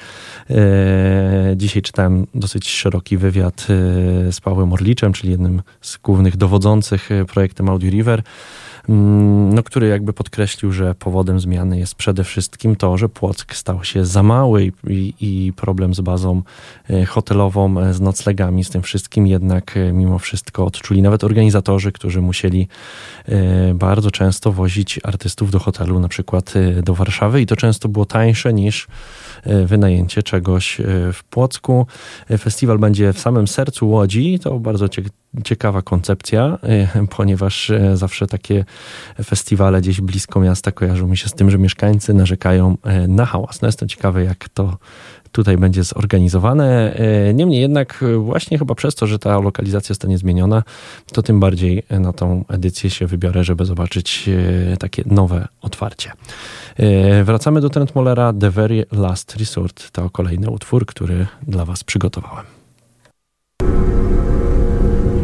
C: Dzisiaj czytałem dosyć szeroki wywiad z Pawłem Orliczem, czyli jednym z głównych dowodzących projektem Audio River, no, który jakby podkreślił, że powodem zmiany jest przede wszystkim to, że Płock stał się za mały i, i problem z bazą hotelową, z noclegami, z tym wszystkim jednak mimo wszystko odczuli nawet organizatorzy, którzy musieli bardzo często wozić artystów do hotelu, na przykład do Warszawy, i to często było tańsze niż wynajęcie czegoś w Płocku. Festiwal będzie w samym sercu Łodzi. To bardzo ciekawa koncepcja, ponieważ zawsze takie festiwale gdzieś blisko miasta kojarzą mi się z tym, że mieszkańcy narzekają na hałas. No jestem ciekawy, jak to tutaj będzie zorganizowane. Niemniej jednak właśnie chyba przez to, że ta lokalizacja zostanie zmieniona, to tym bardziej na tą edycję się wybiorę, żeby zobaczyć takie nowe otwarcie. Wracamy do Trent Mollera. The Very Last Resort to kolejny utwór, który dla was przygotowałem.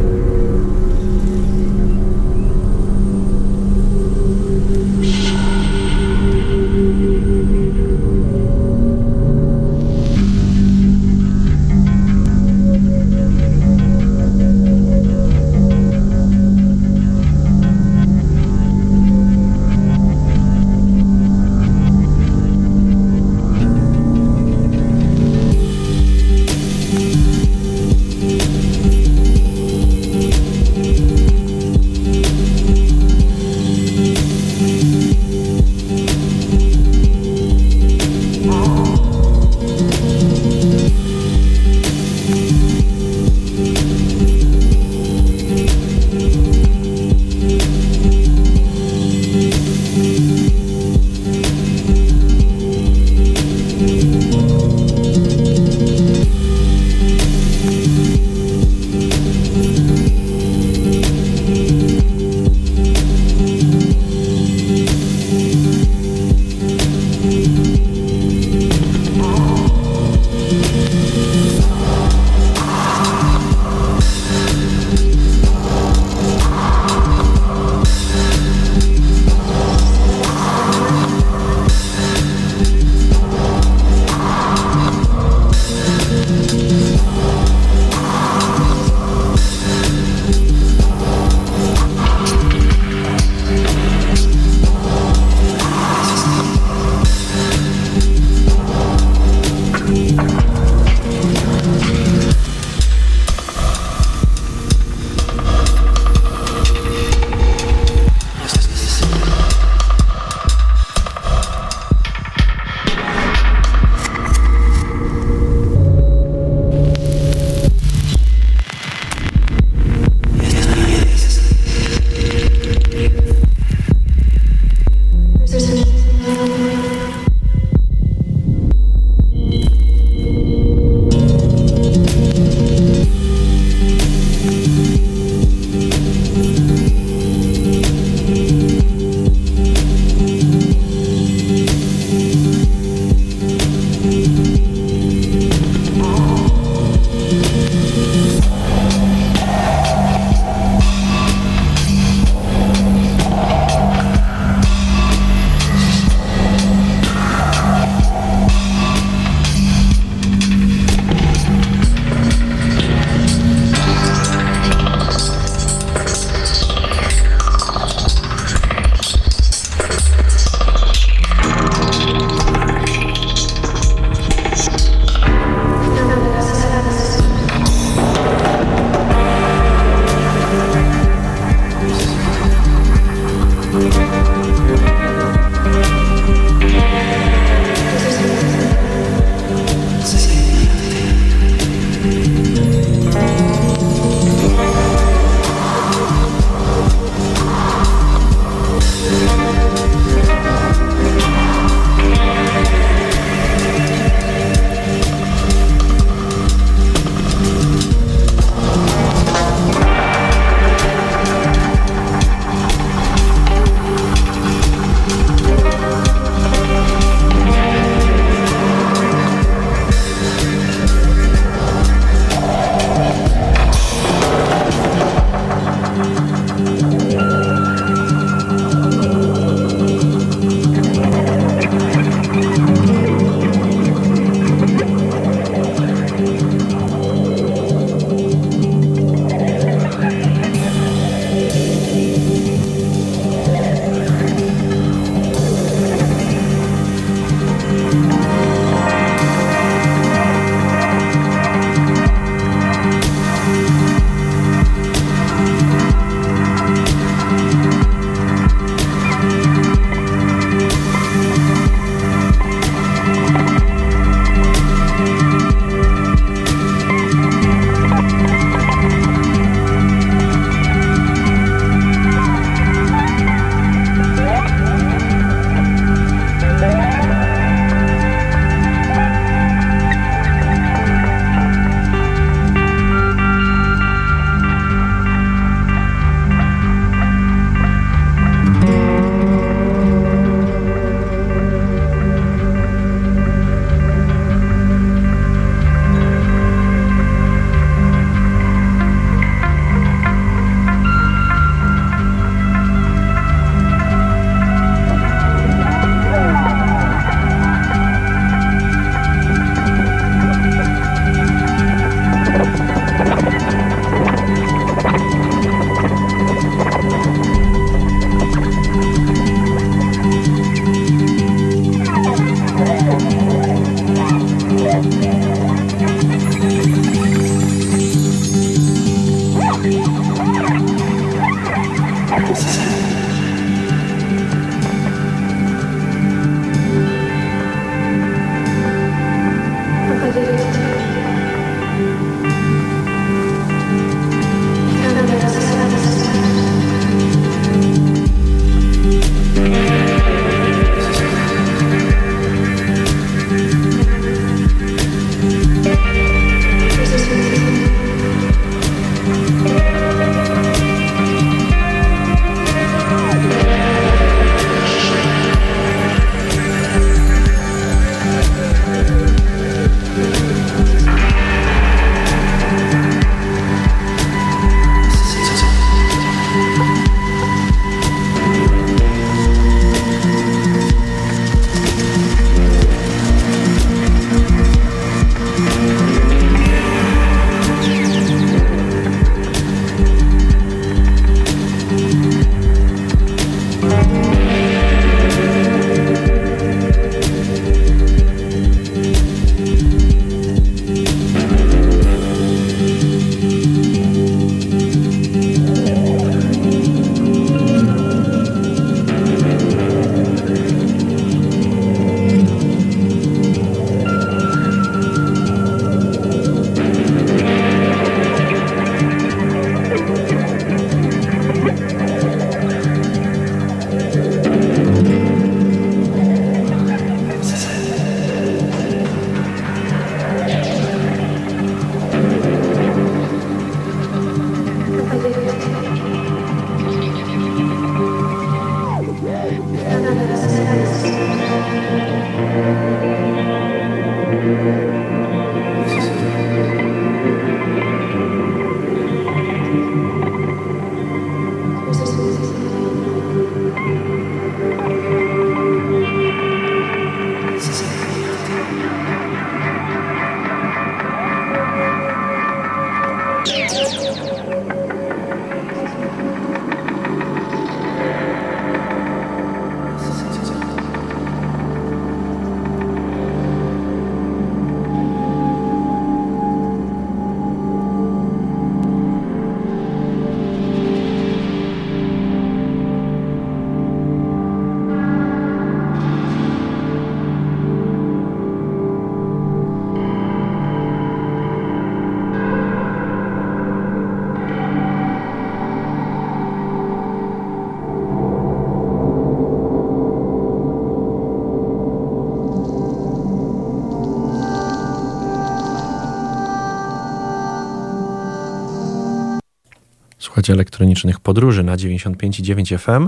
C: Słuchajcie elektronicznych podróży na dziewięćdziesiąt pięć i dziewięć F M.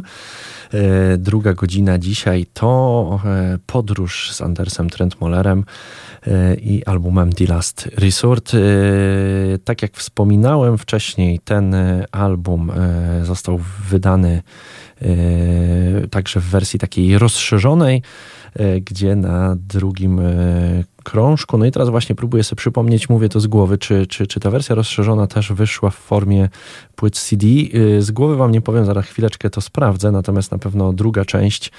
C: E, druga godzina dzisiaj to e, podróż z Andersem Trentmollerem e, i albumem The Last Resort. E, tak jak wspominałem wcześniej, ten album e, został wydany e, także w wersji takiej rozszerzonej, e, gdzie na drugim e, krążku. No i teraz właśnie próbuję sobie przypomnieć, mówię to z głowy, czy, czy, czy ta wersja rozszerzona też wyszła w formie płyt C D. Z głowy wam nie powiem, zaraz chwileczkę to sprawdzę, natomiast na pewno druga część,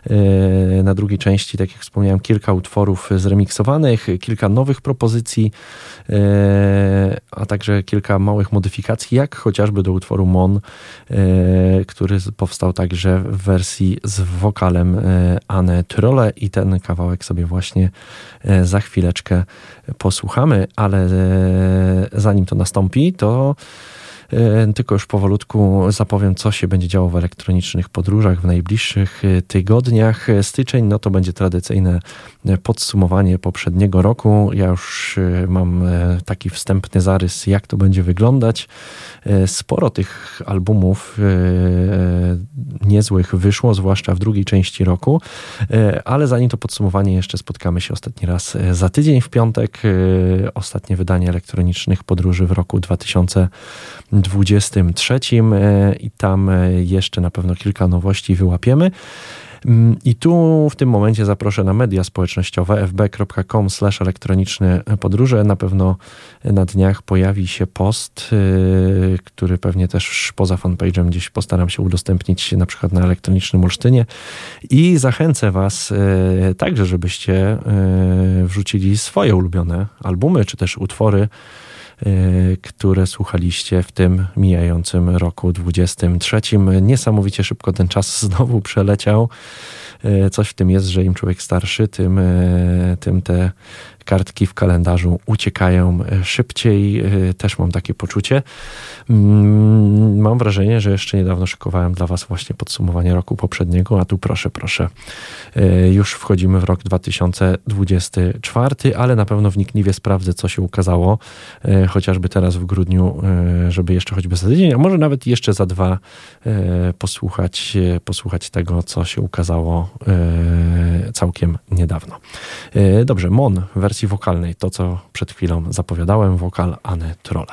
C: na drugiej części, tak jak wspomniałem, kilka utworów zremiksowanych, kilka nowych propozycji, a także kilka małych modyfikacji, jak chociażby do utworu Mon, który powstał także w wersji z wokalem Anne Trolle i ten kawałek sobie właśnie za chwileczkę posłuchamy, ale zanim to nastąpi, to tylko już powolutku zapowiem, co się będzie działo w elektronicznych podróżach w najbliższych tygodniach. Styczeń, no to będzie tradycyjne podsumowanie poprzedniego roku. Ja już mam taki wstępny zarys, jak to będzie wyglądać. Sporo tych albumów niezłych wyszło, zwłaszcza w drugiej części roku, ale zanim to podsumowanie, jeszcze spotkamy się ostatni raz za tydzień w piątek. Ostatnie wydanie elektronicznych podróży w roku dwa tysiące dwudziestym trzecim i tam jeszcze na pewno kilka nowości wyłapiemy. I tu w tym momencie zaproszę na media społecznościowe f b kropka com slash elektroniczne podróże. Na pewno na dniach pojawi się post, yy, który pewnie też poza fanpage'em gdzieś postaram się udostępnić na przykład na Elektronicznym Olsztynie i zachęcę was yy, także, żebyście yy, wrzucili swoje ulubione albumy, czy też utwory, które słuchaliście w tym mijającym roku dwudziestym trzecim. Niesamowicie szybko ten czas znowu przeleciał. Coś w tym jest, że im człowiek starszy, tym, tym te kartki w kalendarzu uciekają szybciej. Też mam takie poczucie. Mam wrażenie, że jeszcze niedawno szykowałem dla was właśnie podsumowanie roku poprzedniego, a tu proszę, proszę. Już wchodzimy w rok dwa tysiące dwudziesty czwarty, ale na pewno wnikliwie sprawdzę, co się ukazało, chociażby teraz w grudniu, żeby jeszcze choćby za tydzień, a może nawet jeszcze za dwa posłuchać, posłuchać tego, co się ukazało całkiem niedawno. Dobrze, Mon w wersji wokalnej, to co przed chwilą zapowiadałem, wokal Anny Trolle.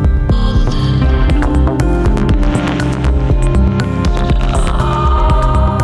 F: Oh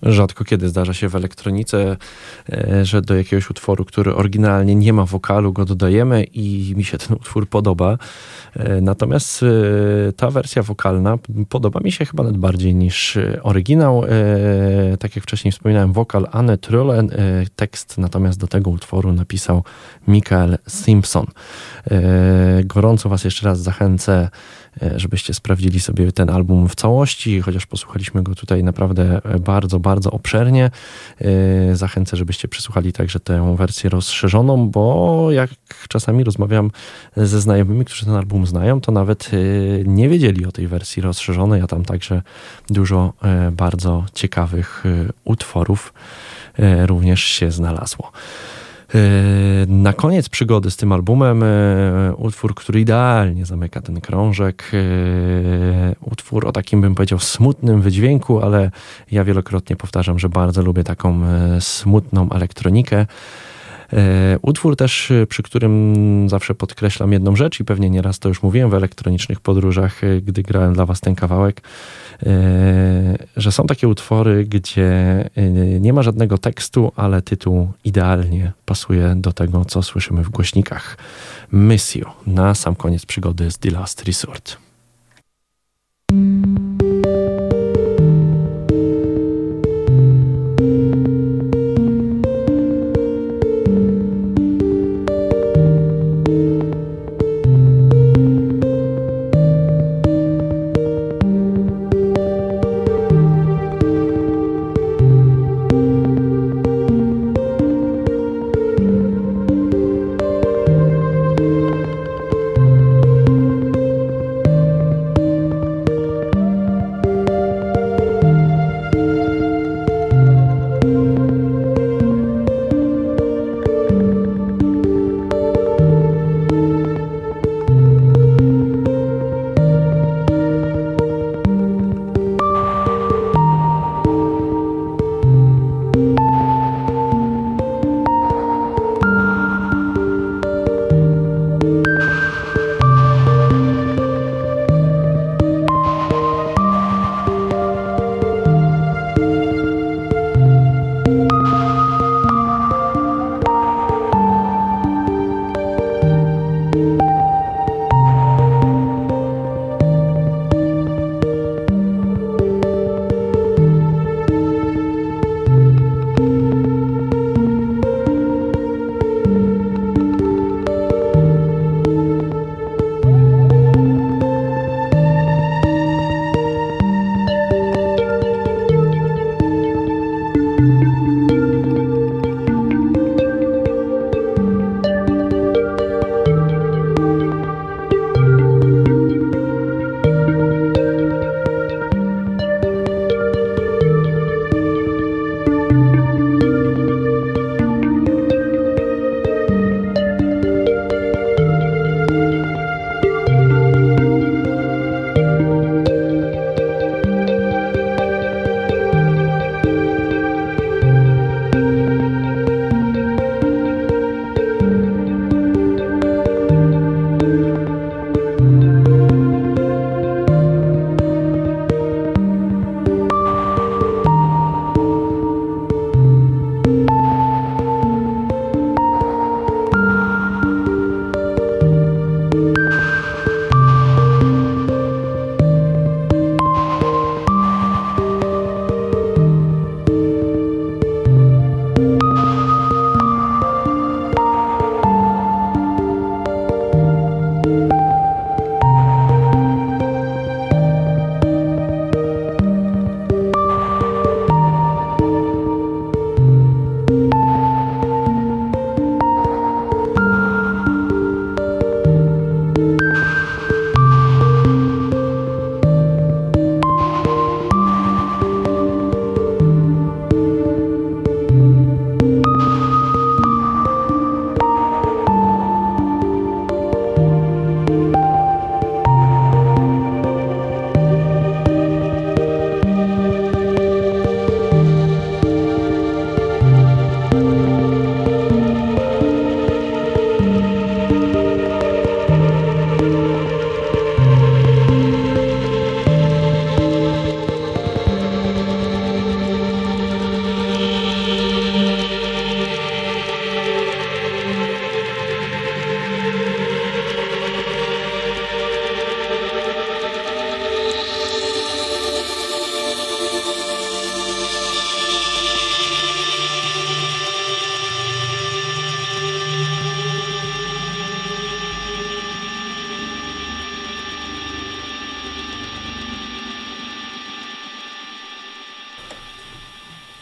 C: Rzadko kiedy zdarza się w elektronice, że do jakiegoś utworu, który oryginalnie nie ma wokalu, go dodajemy i mi się ten utwór podoba. Natomiast ta wersja wokalna podoba mi się chyba nawet bardziej niż oryginał. Tak jak wcześniej wspominałem, wokal Anne Trullen, tekst natomiast do tego utworu napisał Michael Simpson. Gorąco was jeszcze raz zachęcę, żebyście sprawdzili sobie ten album w całości, chociaż posłuchaliśmy go tutaj naprawdę bardzo, bardzo obszernie. Zachęcę, żebyście przesłuchali także tę wersję rozszerzoną, bo jak czasami rozmawiam ze znajomymi, którzy ten album znają, to nawet nie wiedzieli o tej wersji rozszerzonej, a tam także dużo bardzo ciekawych utworów również się znalazło. Na koniec przygody z tym albumem utwór, który idealnie zamyka ten krążek. Utwór o takim, bym powiedział, smutnym wydźwięku, ale ja wielokrotnie powtarzam, że bardzo lubię taką smutną elektronikę. Utwór też, przy którym zawsze podkreślam jedną rzecz i pewnie nieraz to już mówiłem w elektronicznych podróżach, gdy grałem dla was ten kawałek, że są takie utwory, gdzie nie ma żadnego tekstu, ale tytuł idealnie pasuje do tego, co słyszymy w głośnikach. Miss You na sam koniec przygody z The Last Resort.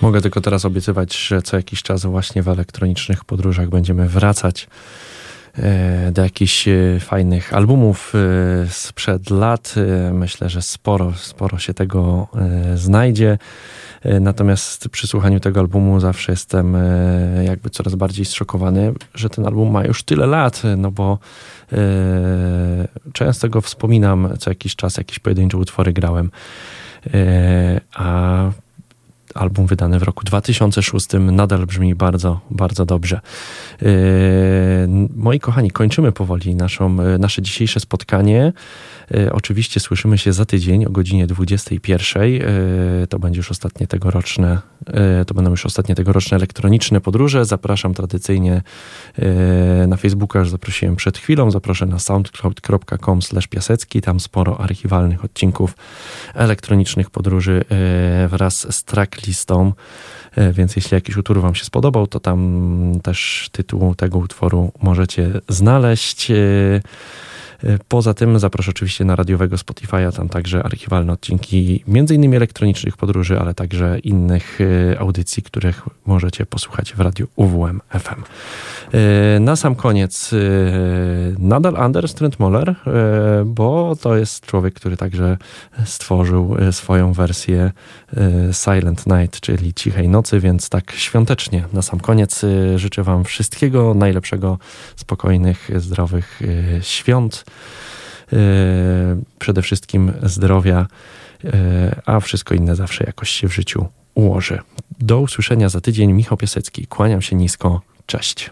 C: Mogę tylko teraz obiecywać, że co jakiś czas właśnie w elektronicznych podróżach będziemy wracać do jakichś fajnych albumów sprzed lat. Myślę, że sporo, sporo się tego znajdzie. Natomiast przy słuchaniu tego albumu zawsze jestem jakby coraz bardziej zszokowany, że ten album ma już tyle lat, no bo często go wspominam, co jakiś czas jakieś pojedyncze utwory grałem. A album wydany w roku dwa tysiące szóstym nadal brzmi bardzo, bardzo dobrze. Yy, moi kochani, kończymy powoli naszą, nasze dzisiejsze spotkanie. Yy, oczywiście słyszymy się za tydzień o godzinie dwudziestej pierwszej. Yy, to będzie już ostatnie tegoroczne, yy, to będą już ostatnie tegoroczne elektroniczne podróże. Zapraszam tradycyjnie yy, na Facebooka, już zaprosiłem przed chwilą. Zaproszę na soundcloud kropka com slash piasecki. Tam sporo archiwalnych odcinków elektronicznych podróży yy, wraz z track listą, więc jeśli jakiś utwór wam się spodobał, to tam też tytuł tego utworu możecie znaleźć. Poza tym zaproszę oczywiście na radiowego Spotify'a, tam także archiwalne odcinki między innymi elektronicznych podróży, ale także innych audycji, których możecie posłuchać w radiu U W M F M. Na sam koniec nadal Anders Trentmoller, bo to jest człowiek, który także stworzył swoją wersję Silent Night, czyli Cichej Nocy, więc tak świątecznie na sam koniec życzę wam wszystkiego najlepszego, spokojnych, zdrowych świąt. Przede wszystkim zdrowia, a wszystko inne zawsze jakoś się w życiu ułoży. Do usłyszenia za tydzień. Michał Piasecki. Kłaniam się nisko. Cześć.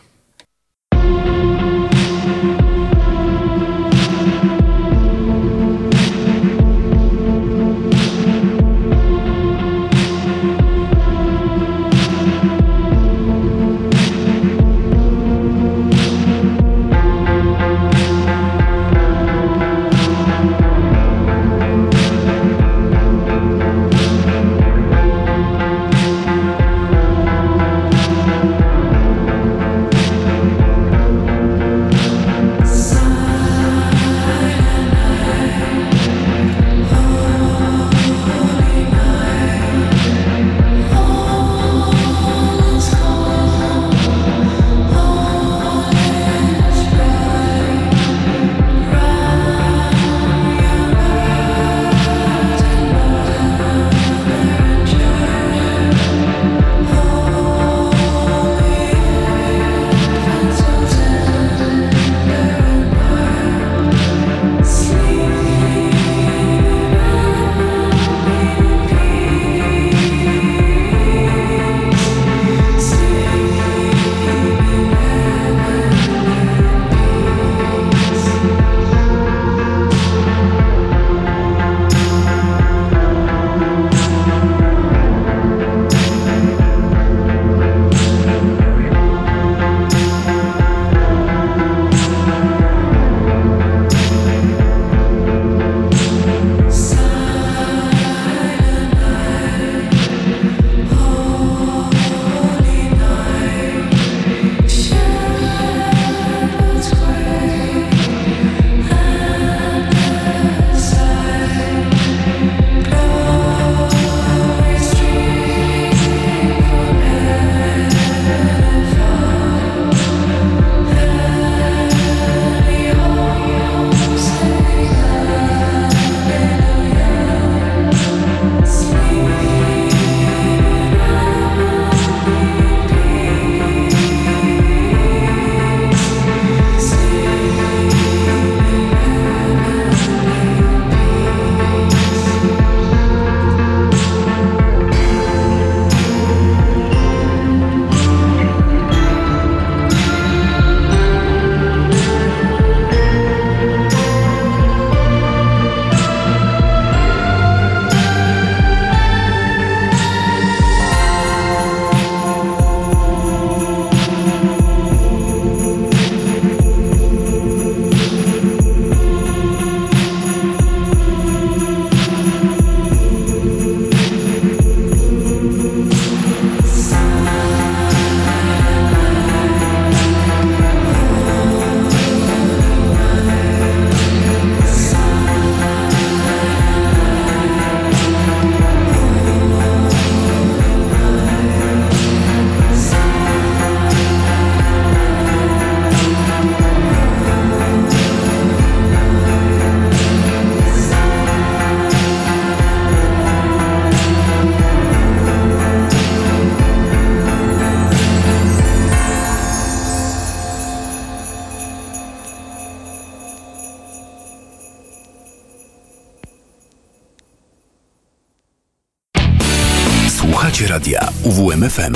A: Słuchacie radia U W M F M.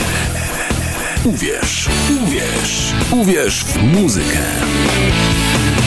A: Uwierz, uwierz, uwierz w muzykę.